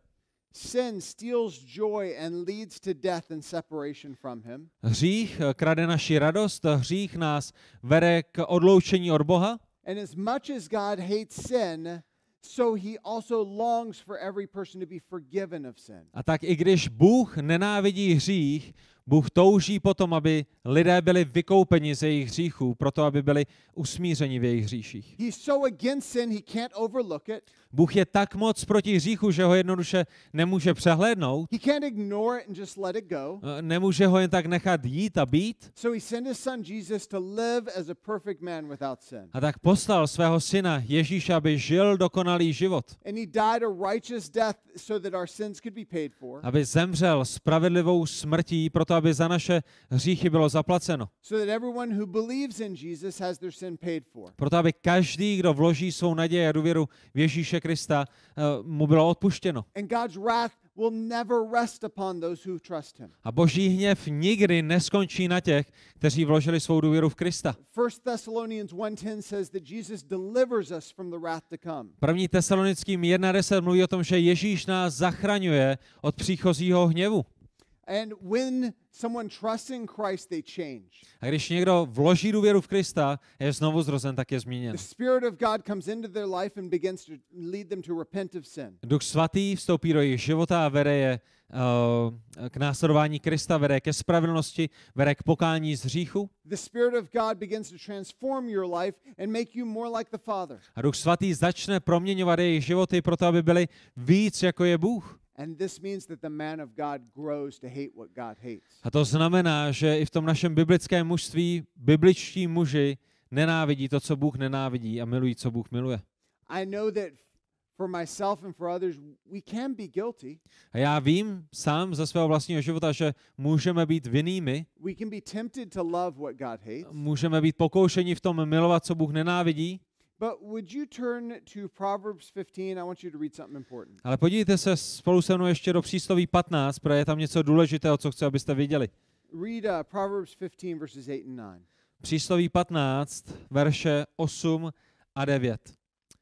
Speaker 1: Sin steals joy and leads to death and separation from him.
Speaker 2: Hřích krade naši radost, hřích nás vede k odloučení od Boha.
Speaker 1: And as much as God hates sin, so he also longs for every person to be forgiven of sin.
Speaker 2: A tak i když Bůh nenávidí hřích, Bůh touží potom, aby lidé byli vykoupeni z jejich hříchů, proto aby byli usmířeni v jejich hříších.
Speaker 1: He's so against sin, he can't overlook it.
Speaker 2: Bůh je tak moc proti hříchu, že ho jednoduše nemůže přehlédnout.
Speaker 1: He can't ignore it and just let it go.
Speaker 2: Nemůže ho jen tak nechat jít a být.
Speaker 1: So he sent his son Jesus to live as a perfect man without sin.
Speaker 2: A tak poslal svého syna Ježíše, aby žil dokonalý život.
Speaker 1: And he died a righteous death so that our sins could be paid for.
Speaker 2: Aby zemřel spravedlivou smrtí, proto aby za naše hříchy bylo zaplaceno.
Speaker 1: So that everyone who believes in Jesus has their sin paid for.
Speaker 2: Proto aby každý, kdo vloží svou naději a důvěru v Ježíše Krista, mu bylo odpuštěno.
Speaker 1: And God's wrath will never rest upon those who trust him.
Speaker 2: A Boží hněv nikdy neskončí na těch, kteří vložili svou důvěru v Krista.
Speaker 1: First Thessalonians one ten says that Jesus delivers us from the wrath to come.
Speaker 2: První Tesalonickým jedna deset mluví o tom, že Ježíš nás zachraňuje od příchozího hněvu.
Speaker 1: And when someone trusts in Christ, they change.
Speaker 2: A když někdo vloží důvěru v Krista, je znovu zrozen, tak je změněn.
Speaker 1: The Spirit of God comes into their life and begins to lead them to repent of sin.
Speaker 2: Duch svatý vstoupí do jejich života a vede je uh, k následování Krista, vede ke spravedlnosti, vede k pokání z hříchu.
Speaker 1: The Spirit of God begins to transform your life and make you more like the Father.
Speaker 2: A Duch svatý začne proměňovat jejich životy proto, aby byli víc, jako je Bůh.
Speaker 1: And this means that the man of God grows to hate what God hates.
Speaker 2: A to znamená, že i v tom našem biblickém mužství bibličtí muži nenávidí to, co Bůh nenávidí, a milují, co Bůh miluje.
Speaker 1: I know that for myself and for others, we can be guilty.
Speaker 2: A já vím sám ze svého vlastního života, že můžeme být vinnými,
Speaker 1: We can be tempted to love what God hates.
Speaker 2: můžeme být pokoušeni v tom milovat, co Bůh nenávidí.
Speaker 1: But would you turn to Proverbs fifteen? I want you to read something important.
Speaker 2: Ale podívejte se spolu se mnou ještě do přísloví patnáct, protože je tam něco důležitého, co chci, abyste viděli.
Speaker 1: Read uh, Proverbs fifteen, verses eight and nine.
Speaker 2: Přísloví patnáct, verše osm a devět.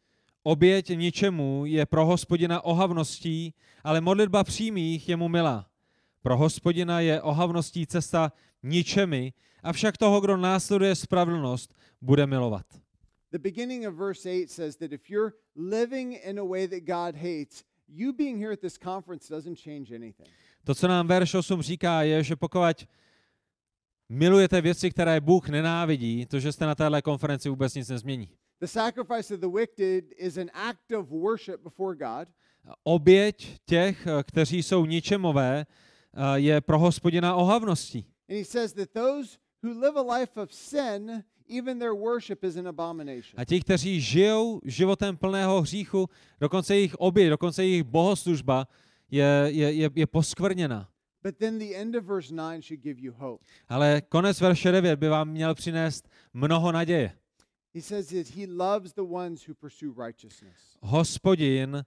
Speaker 2: Oběť ničemu je pro Hospodina ohavností, ale modlitba přímých je mu milá. Pro Hospodina je ohavností cesta ničemi, avšak toho, kdo následuje spravedlnost, bude milovat.
Speaker 1: The beginning of verse eight says that if you're living in a way that God hates, you being here at this conference doesn't change anything.
Speaker 2: To, co nám verš osm říká, je, že pokud milujete věci, které Bůh nenávidí, to, že jste na téhle konferenci, vůbec nic nezmění.
Speaker 1: The sacrifice of the wicked is an act of worship before God.
Speaker 2: Oběť těch, kteří jsou ničemové, je pro Hospodina ohavností.
Speaker 1: And he says that those who live a life of sin, even their worship is an abomination.
Speaker 2: A ti, kteří žijou životem plného hříchu, dokonce jejich oběť, dokonce jejich bohoslužba je, je, je, je poskvrněna.
Speaker 1: But then the end of verse nine should give you hope.
Speaker 2: Ale konec verše devět by vám měl přinést mnoho naděje.
Speaker 1: He says that he loves the ones who pursue righteousness.
Speaker 2: Hospodin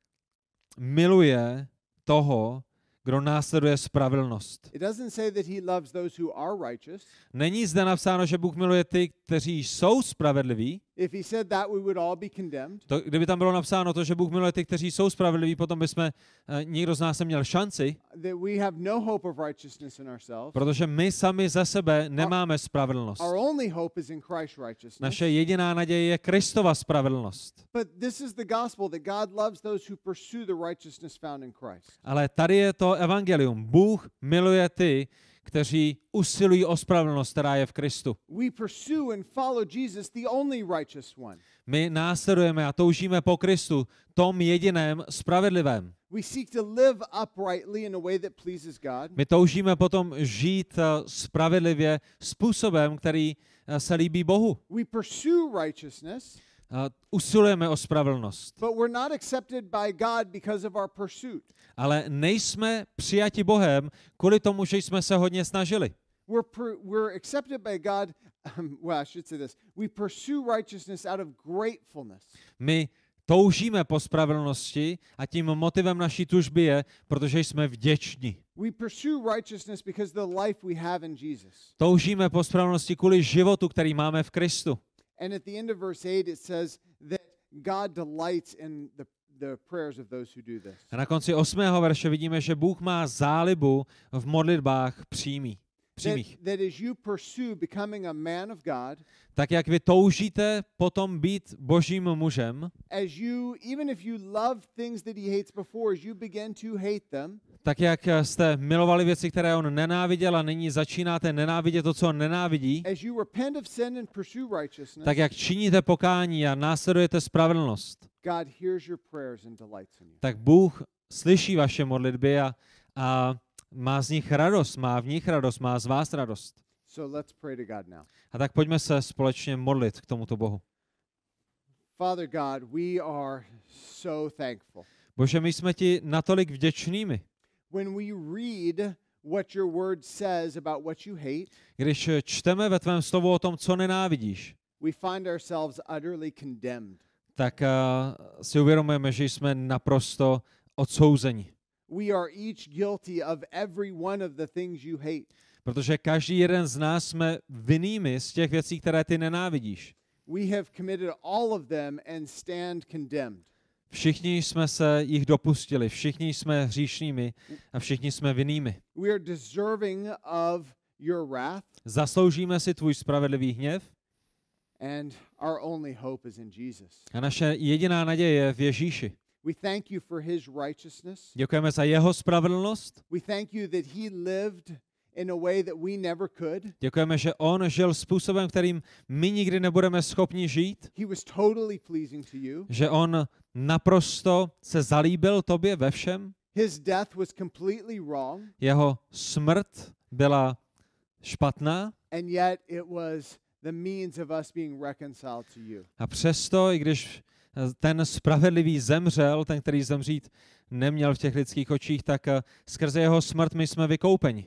Speaker 2: miluje toho, kdo následuje spravedlnost.
Speaker 1: It doesn't say that he loves those who are righteous.
Speaker 2: Není zde napsáno, že Bůh miluje ty, kteří jsou spravedliví.
Speaker 1: If he said that, we would all be condemned.
Speaker 2: To, kdyby tam bylo napsáno to, že Bůh miluje ty, kteří jsou spravedliví, potom bychom, eh, nikdo z nás neměl šanci,
Speaker 1: That we have no hope of righteousness in ourselves.
Speaker 2: protože my sami ze sebe nemáme spravedlnost.
Speaker 1: Our only hope is in Christ's righteousness.
Speaker 2: Naše jediná naděje je Kristova spravedlnost.
Speaker 1: But this is the gospel that God loves those who pursue the righteousness found in Christ.
Speaker 2: Ale tady je to evangelium. Bůh miluje ty, kteří usilují o spravedlnost, která je v Kristu.
Speaker 1: We pursue and follow Jesus, the only righteous one.
Speaker 2: My následujeme a toužíme po Kristu, tom jediném spravedlivém.
Speaker 1: We seek to live uprightly in a way that pleases God.
Speaker 2: My toužíme potom žít eh, spravedlivě způsobem, který eh, se líbí Bohu.
Speaker 1: We pursue righteousness,
Speaker 2: A usilujeme o spravedlnost,
Speaker 1: but we're not accepted by God because of our pursuit.
Speaker 2: ale nejsme přijati Bohem kvůli tomu, že jsme se hodně snažili.
Speaker 1: We're per, we're accepted by God. Um, well, I should say this. We pursue righteousness out of gratefulness.
Speaker 2: My toužíme po spravedlnosti a tím motivem naší tužby je, protože jsme vděční.
Speaker 1: We pursue righteousness because the life we have in Jesus.
Speaker 2: Toužíme po spravedlnosti kvůli životu, který máme v Kristu.
Speaker 1: And at the end of verse eight, it says that God delights in the, the prayers of those who do this.
Speaker 2: A na konci osmého verše vidíme, že Bůh má zálibu v modlitbách přímý, přímých.
Speaker 1: That, that as you pursue becoming a man of God,
Speaker 2: Tak jak vy toužíte potom být božím mužem,
Speaker 1: as you, even if you love things that he hates before, as you begin to hate them,
Speaker 2: tak jak jste milovali věci, které on nenáviděl a nyní začínáte nenávidět to, co on nenávidí,
Speaker 1: as you repent of sin and pursue righteousness,
Speaker 2: tak jak činíte pokání a následujete spravedlnost,
Speaker 1: God hears your prayers and delights in you.
Speaker 2: tak Bůh slyší vaše modlitby a, a má z nich radost, má v nich radost, má z vás radost.
Speaker 1: So let's pray to God now.
Speaker 2: A tak pojďme se společně modlit k tomuto Bohu.
Speaker 1: Father God, we are so thankful.
Speaker 2: Bože, my jsme ti natolik vděčnými.
Speaker 1: When we read what your word says about what you hate,
Speaker 2: Když čteme ve tvém slovu o tom, co nenávidíš,
Speaker 1: we find ourselves utterly condemned.
Speaker 2: tak uh, si uvědomujeme, že jsme naprosto odsouzeni.
Speaker 1: We are each guilty of every one of the things you hate.
Speaker 2: Protože každý jeden z nás jsme vinnými z těch věcí, které ty nenávidíš.
Speaker 1: We have committed all of them and stand condemned.
Speaker 2: Všichni jsme se jich dopustili, všichni jsme hříšnými a všichni jsme vinnými.
Speaker 1: We are deserving of your wrath,
Speaker 2: Zasloužíme si tvůj spravedlivý hněv
Speaker 1: and our only hope is in Jesus.
Speaker 2: a naše jediná naděje je v Ježíši.
Speaker 1: We thank you for his righteousness.
Speaker 2: Děkujeme za jeho spravedlnost.
Speaker 1: We thank you that he lived in a way that we never could.
Speaker 2: Děkujeme, že on žil způsobem, kterým my nikdy nebudeme schopni žít.
Speaker 1: He was totally pleasing to you.
Speaker 2: Že on naprosto se zalíbil tobě ve všem.
Speaker 1: His death was completely wrong,
Speaker 2: Jeho smrt byla špatná
Speaker 1: and yet it was the means of us being reconciled to you.
Speaker 2: a přesto, i když ten spravedlivý zemřel, ten, který zemřít neměl v těch lidských očích, tak skrze jeho smrt my jsme vykoupeni.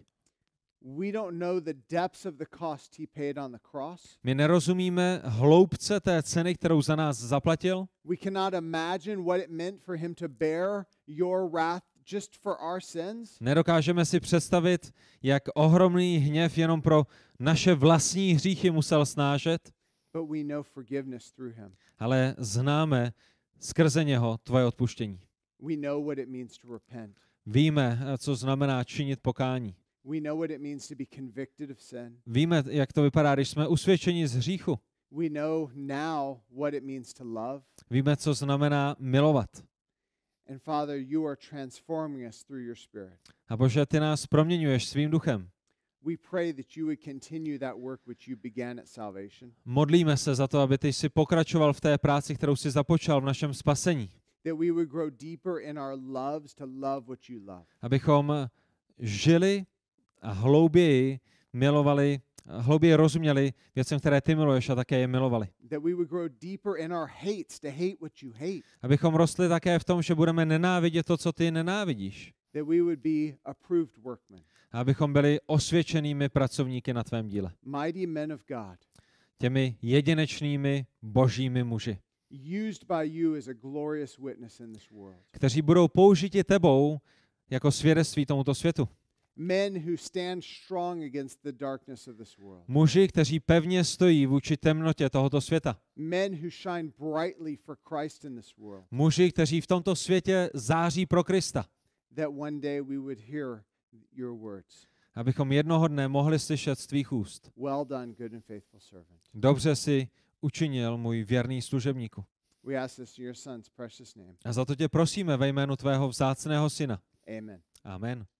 Speaker 1: We don't know the depths of the cost he paid on the cross.
Speaker 2: My nerozumíme hloubce té ceny, kterou za nás zaplatil.
Speaker 1: We cannot imagine what it meant for him to bear your wrath just for our sins.
Speaker 2: Nedokážeme si představit, jak ohromný hněv jenom pro naše vlastní hříchy musel snášet,
Speaker 1: But we know forgiveness through him.
Speaker 2: ale známe skrze něho tvoje odpuštění.
Speaker 1: We know what it means to repent.
Speaker 2: Víme, co znamená činit pokání.
Speaker 1: We know what it means to be convicted of sin.
Speaker 2: Víme, jak to vypadá, když jsme usvědčeni z hříchu.
Speaker 1: We know now what it means to love.
Speaker 2: Víme, co znamená milovat.
Speaker 1: And Father, you are transforming us through your Spirit.
Speaker 2: A Bože, ty nás proměňuješ svým duchem.
Speaker 1: We pray that you would continue that work which you began at salvation.
Speaker 2: Modlíme se za to, aby ty si pokračoval v té práci, kterou si započal v našem spasení.
Speaker 1: That we would grow deeper in our loves to love what you love.
Speaker 2: Abychom žili a hlouběji milovali, hlouběji rozuměli věcem, které ty miluješ a také je milovali.
Speaker 1: That we would grow deeper in our hates to hate what you hate.
Speaker 2: Abychom rostli také v tom, že budeme nenávidět to, co ty nenávidíš.
Speaker 1: That we would be approved workmen.
Speaker 2: A abychom byli osvědčenými pracovníky na tvém díle.
Speaker 1: Mighty men of God.
Speaker 2: Těmi jedinečnými božími muži,
Speaker 1: Used by you as a glorious witness in this world.
Speaker 2: kteří budou použiti tebou jako svědectví tomuto světu.
Speaker 1: Men who stand strong against the darkness of this world.
Speaker 2: Muži, kteří pevně stojí vůči temnotě tohoto světa.
Speaker 1: Men who shine brightly for Christ in this world.
Speaker 2: Muži, kteří v tomto světě září pro Krista.
Speaker 1: That one day we would hear your words.
Speaker 2: Abychom jednoho dne mohli slyšet z tvých úst.
Speaker 1: Well done, good and faithful servant.
Speaker 2: Dobře si učinil, můj věrný služebníku.
Speaker 1: We ask this in your son's precious name.
Speaker 2: A za to tě prosíme ve jménu tvého vzácného syna.
Speaker 1: Amen.
Speaker 2: Amen.